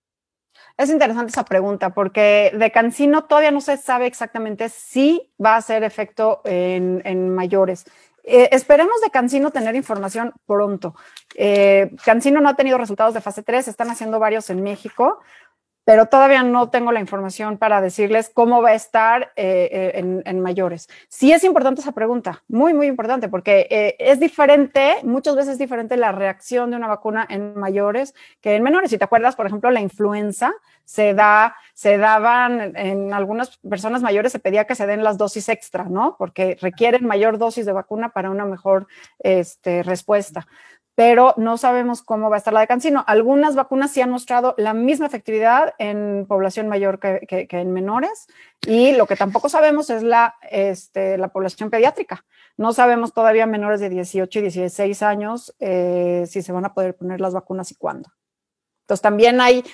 Es interesante esa pregunta porque de CanSino todavía no se sabe exactamente si va a hacer efecto en, en mayores. Eh, esperemos de CanSino tener información pronto. Eh, CanSino no ha tenido resultados de fase tres, están haciendo varios en México, pero todavía no tengo la información para decirles cómo va a estar eh, en, en mayores. Sí es importante esa pregunta, muy, muy importante, porque eh, es diferente, muchas veces es diferente la reacción de una vacuna en mayores que en menores. Si te acuerdas, por ejemplo, la influenza se da, se daban en, en algunas personas mayores, se pedía que se den las dosis extra, ¿no? Porque requieren mayor dosis de vacuna para una mejor este, respuesta. Pero no sabemos cómo va a estar la de CanSino. Algunas vacunas sí han mostrado la misma efectividad en población mayor que, que, que en menores, y lo que tampoco sabemos es la, este, la población pediátrica. No sabemos todavía menores de dieciocho y dieciséis años eh, si se van a poder poner las vacunas y cuándo. Entonces también hay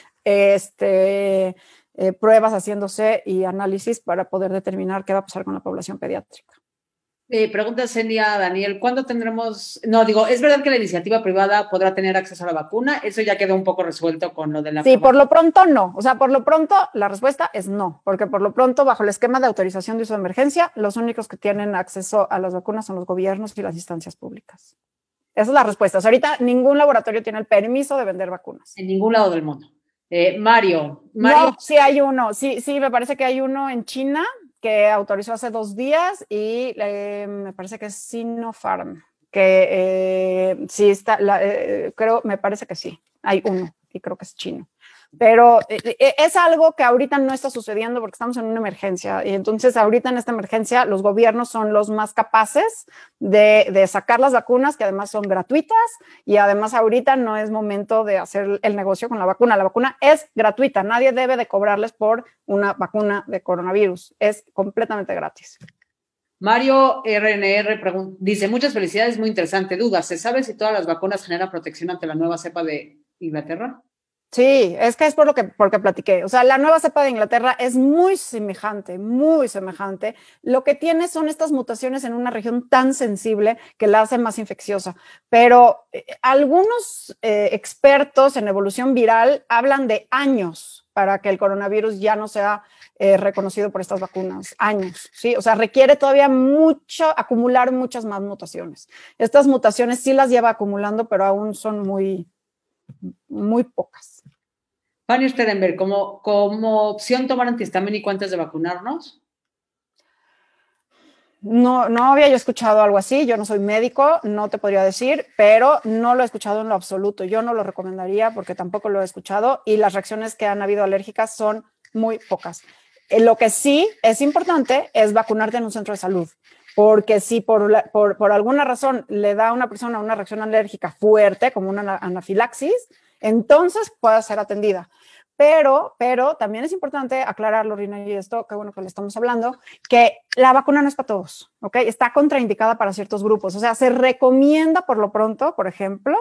este, eh, pruebas haciéndose y análisis para poder determinar qué va a pasar con la población pediátrica. Eh, pregunta Celia Daniel, ¿cuándo tendremos? No, digo, ¿es verdad que la iniciativa privada podrá tener acceso a la vacuna? Eso ya quedó un poco resuelto con lo de la... Sí, por lo pronto no. O sea, por lo pronto la respuesta es no, porque por lo pronto bajo el esquema de autorización de uso de emergencia, los únicos que tienen acceso a las vacunas son los gobiernos y las instancias públicas. Esa es la respuesta. O sea, ahorita ningún laboratorio tiene el permiso de vender vacunas. En ningún lado del mundo. Eh, Mario, Mario. No, sí hay uno. Sí, sí, me parece que hay uno en China que autorizó hace dos días y eh, me parece que es Sinopharm, que eh, sí está, la, eh, creo, me parece que sí, hay uno y creo que es chino. Pero eh, es algo que ahorita no está sucediendo porque estamos en una emergencia y entonces ahorita en esta emergencia los gobiernos son los más capaces de, de sacar las vacunas, que además son gratuitas, y además ahorita no es momento de hacer el negocio con la vacuna. La vacuna es gratuita, nadie debe de cobrarles por una vacuna de coronavirus, es completamente gratis. Mario R N R dice, muchas felicidades, muy interesante duda. ¿Se sabe si todas las vacunas generan protección ante la nueva cepa de Inglaterra? Sí, es que es por lo que porque platiqué. O sea, la nueva cepa de Inglaterra es muy semejante, muy semejante. Lo que tiene son estas mutaciones en una región tan sensible que la hace más infecciosa. Pero eh, algunos eh, expertos en evolución viral hablan de años para que el coronavirus ya no sea eh, reconocido por estas vacunas. Años, ¿sí? O sea, requiere todavía mucho, acumular muchas más mutaciones. Estas mutaciones sí las lleva acumulando, pero aún son muy... muy pocas. Fanny Sterenberg, ¿como, como opción tomar antihistamínico antes de vacunarnos? No, no había yo escuchado algo así, yo no soy médico, no te podría decir, pero no lo he escuchado en lo absoluto. Yo no lo recomendaría porque tampoco lo he escuchado y las reacciones que han habido alérgicas son muy pocas. Lo que sí es importante es vacunarte en un centro de salud, porque si por, la, por, por alguna razón le da a una persona una reacción alérgica fuerte, como una anafilaxis, entonces puede ser atendida. Pero, pero también es importante aclararlo, Rina, y esto, qué bueno que le estamos hablando, que la vacuna no es para todos, ¿ok? Está contraindicada para ciertos grupos. O sea, se recomienda por lo pronto, por ejemplo,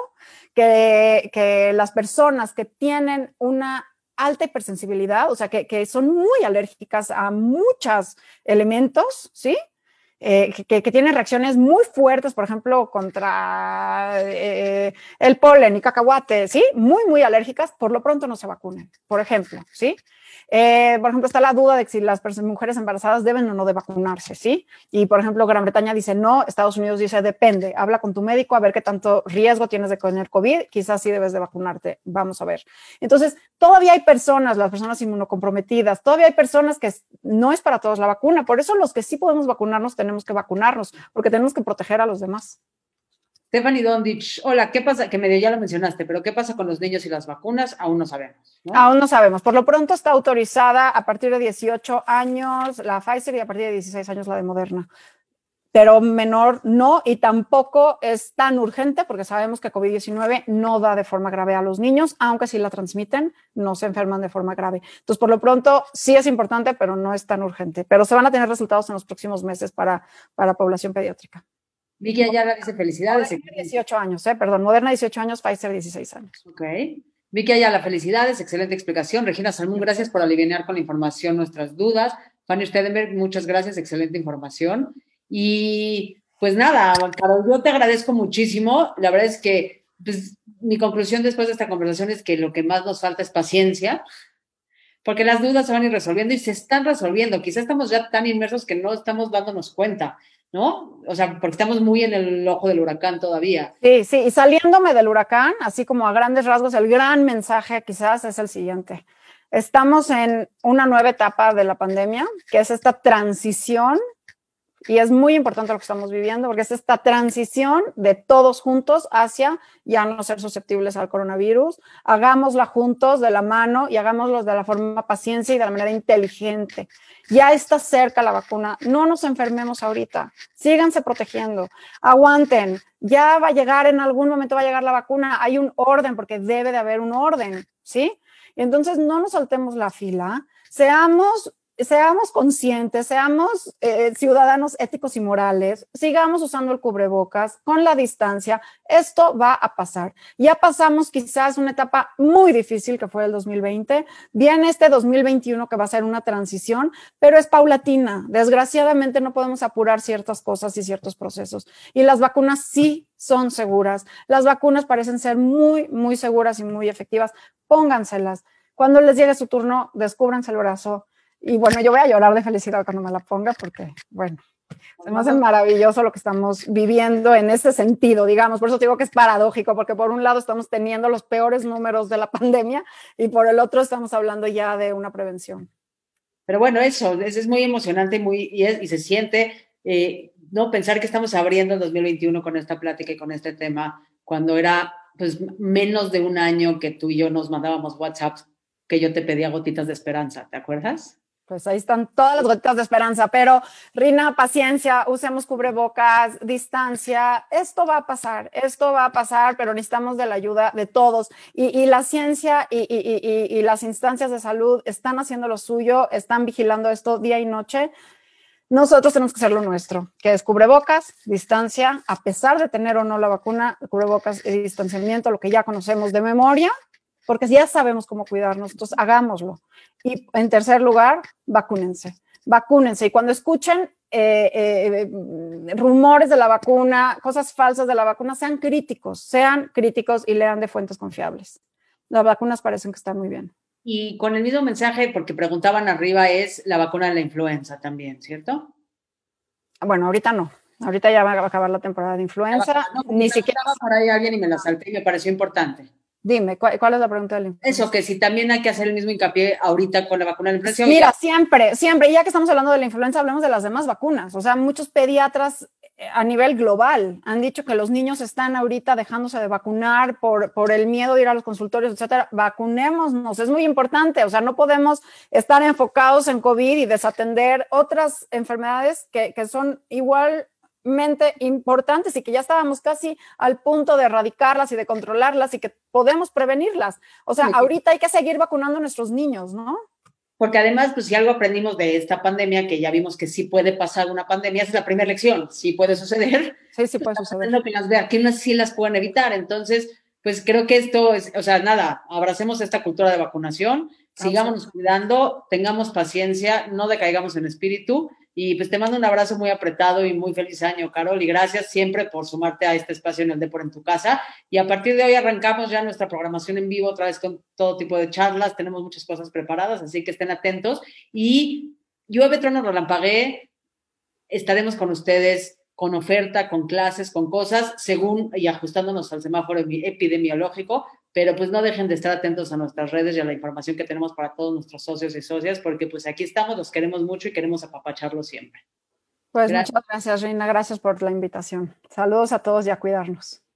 que, que las personas que tienen una alta hipersensibilidad, o sea, que, que son muy alérgicas a muchos elementos, ¿sí? Eh, que, que tienen reacciones muy fuertes, por ejemplo, contra eh, el polen y cacahuate, ¿sí? Muy, muy alérgicas, por lo pronto no se vacunen, por ejemplo, ¿sí? Eh, por ejemplo, está la duda de si las mujeres embarazadas deben o no de vacunarse, ¿sí? Y, por ejemplo, Gran Bretaña dice no, Estados Unidos dice depende, habla con tu médico a ver qué tanto riesgo tienes de tener COVID, quizás sí debes de vacunarte, vamos a ver. Entonces, todavía hay personas, las personas inmunocomprometidas, todavía hay personas que no es para todos la vacuna, por eso los que sí podemos vacunarnos tenemos que vacunarnos, porque tenemos que proteger a los demás. Stephanie Dondich, hola, ¿qué pasa? Que medio ya lo mencionaste, pero ¿qué pasa con los niños y las vacunas? Aún no sabemos, ¿no? Aún no sabemos. Por lo pronto está autorizada a partir de dieciocho años la Pfizer y a partir de dieciséis años la de Moderna. Pero menor no, y tampoco es tan urgente porque sabemos que COVID diecinueve no da de forma grave a los niños, aunque si la transmiten, no se enferman de forma grave. Entonces, por lo pronto, sí es importante, pero no es tan urgente. Pero se van a tener resultados en los próximos meses para, para población pediátrica. Vicky Ayala dice felicidades. Moderna dieciocho años, eh, perdón, Moderna dieciocho años, Pfizer dieciséis años. Ok. Vicky Ayala, felicidades, excelente explicación. Regina Salmón, gracias por aliviar con la información nuestras dudas. Fanny Stedenberg, muchas gracias, excelente información. Y pues nada, Carol, yo te agradezco muchísimo. La verdad es que pues mi conclusión después de esta conversación es que lo que más nos falta es paciencia, porque las dudas se van a ir resolviendo y se están resolviendo. Quizás estamos ya tan inmersos que no estamos dándonos cuenta, ¿no? O sea, porque estamos muy en el ojo del huracán todavía. Sí, sí, y saliéndome del huracán, así como a grandes rasgos, el gran mensaje quizás es el siguiente. Estamos en una nueva etapa de la pandemia, que es esta transición, y es muy importante lo que estamos viviendo, porque es esta transición de todos juntos hacia ya no ser susceptibles al coronavirus. Hagámosla juntos, de la mano, y hagámoslo de la forma paciencia y de la manera inteligente. Ya está cerca la vacuna, no nos enfermemos ahorita, síganse protegiendo, aguanten, ya va a llegar, en algún momento va a llegar la vacuna, hay un orden, porque debe de haber un orden, ¿sí? Entonces no nos saltemos la fila, seamos Seamos conscientes, seamos eh, ciudadanos éticos y morales, sigamos usando el cubrebocas con la distancia. Esto va a pasar. Ya pasamos quizás una etapa muy difícil que fue el dos mil veinte. Viene este dos mil veintiuno que va a ser una transición, pero es paulatina. Desgraciadamente no podemos apurar ciertas cosas y ciertos procesos. Y las vacunas sí son seguras. Las vacunas parecen ser muy, muy seguras y muy efectivas. Pónganselas. Cuando les llegue su turno, descúbranse el brazo. Y bueno, yo voy a llorar de felicidad cuando me la ponga porque, bueno, se me hace maravilloso lo que estamos viviendo en ese sentido, digamos. Por eso te digo que es paradójico, porque por un lado estamos teniendo los peores números de la pandemia y por el otro estamos hablando ya de una prevención. Pero bueno, eso, eso es muy emocionante y, muy, y, es, y se siente, eh, ¿no? Pensar que estamos abriendo el dos mil veintiuno con esta plática y con este tema, cuando era pues menos de un año que tú y yo nos mandábamos WhatsApp, que yo te pedía gotitas de esperanza, ¿te acuerdas? Pues ahí están todas las gotitas de esperanza, pero Rina, paciencia, usemos cubrebocas, distancia, esto va a pasar, esto va a pasar, pero necesitamos de la ayuda de todos. Y, y la ciencia y, y, y, y las instancias de salud están haciendo lo suyo, están vigilando esto día y noche. Nosotros tenemos que hacer lo nuestro, que es cubrebocas, distancia, a pesar de tener o no la vacuna, cubrebocas y distanciamiento, lo que ya conocemos de memoria, porque ya sabemos cómo cuidarnos, entonces hagámoslo. Y en tercer lugar, vacúnense, vacúnense. Y cuando escuchen eh, eh, rumores de la vacuna, cosas falsas de la vacuna, sean críticos, sean críticos y lean de fuentes confiables. Las vacunas parecen que están muy bien. Y con el mismo mensaje, porque preguntaban arriba, es la vacuna de la influenza también, ¿cierto? Bueno, ahorita no. Ahorita ya va a acabar la temporada de influenza. No, ni siquiera por ahí alguien y me la salté y me pareció importante. Dime, ¿cuál, ¿cuál es la pregunta de la influenza? Eso, que si también hay que hacer el mismo hincapié ahorita con la vacuna de la influenza. Mira, siempre, siempre, ya que estamos hablando de la influenza, hablemos de las demás vacunas. O sea, muchos pediatras a nivel global han dicho que los niños están ahorita dejándose de vacunar por, por el miedo de ir a los consultorios, etcétera. Vacunémonos, es muy importante. O sea, no podemos estar enfocados en COVID y desatender otras enfermedades que, que son igual importantes y que ya estábamos casi al punto de erradicarlas y de controlarlas y que podemos prevenirlas. O sea, sí. Ahorita hay que seguir vacunando a nuestros niños, ¿no? Porque además, pues si algo aprendimos de esta pandemia, que ya vimos que sí puede pasar una pandemia, esa es la primera lección, sí puede suceder. Sí, sí puede suceder. Que las vea, que unas sí las pueden evitar. Entonces, pues creo que esto es, o sea, nada, abracemos esta cultura de vacunación, sigámonos cuidando, tengamos paciencia, no decaigamos en espíritu. Y pues te mando un abrazo muy apretado y muy feliz año, Carol, y gracias siempre por sumarte a este espacio en el Depor en tu casa. Y a partir de hoy arrancamos ya nuestra programación en vivo, otra vez con todo tipo de charlas, tenemos muchas cosas preparadas, así que estén atentos. Y llueve, trueno, relampaguee, estaremos con ustedes con oferta, con clases, con cosas, según y ajustándonos al semáforo epidemiológico, pero pues no dejen de estar atentos a nuestras redes y a la información que tenemos para todos nuestros socios y socias, porque pues aquí estamos, los queremos mucho y queremos apapacharlos siempre. Pues gracias. Muchas gracias, Reina, gracias por la invitación. Saludos a todos y a cuidarnos.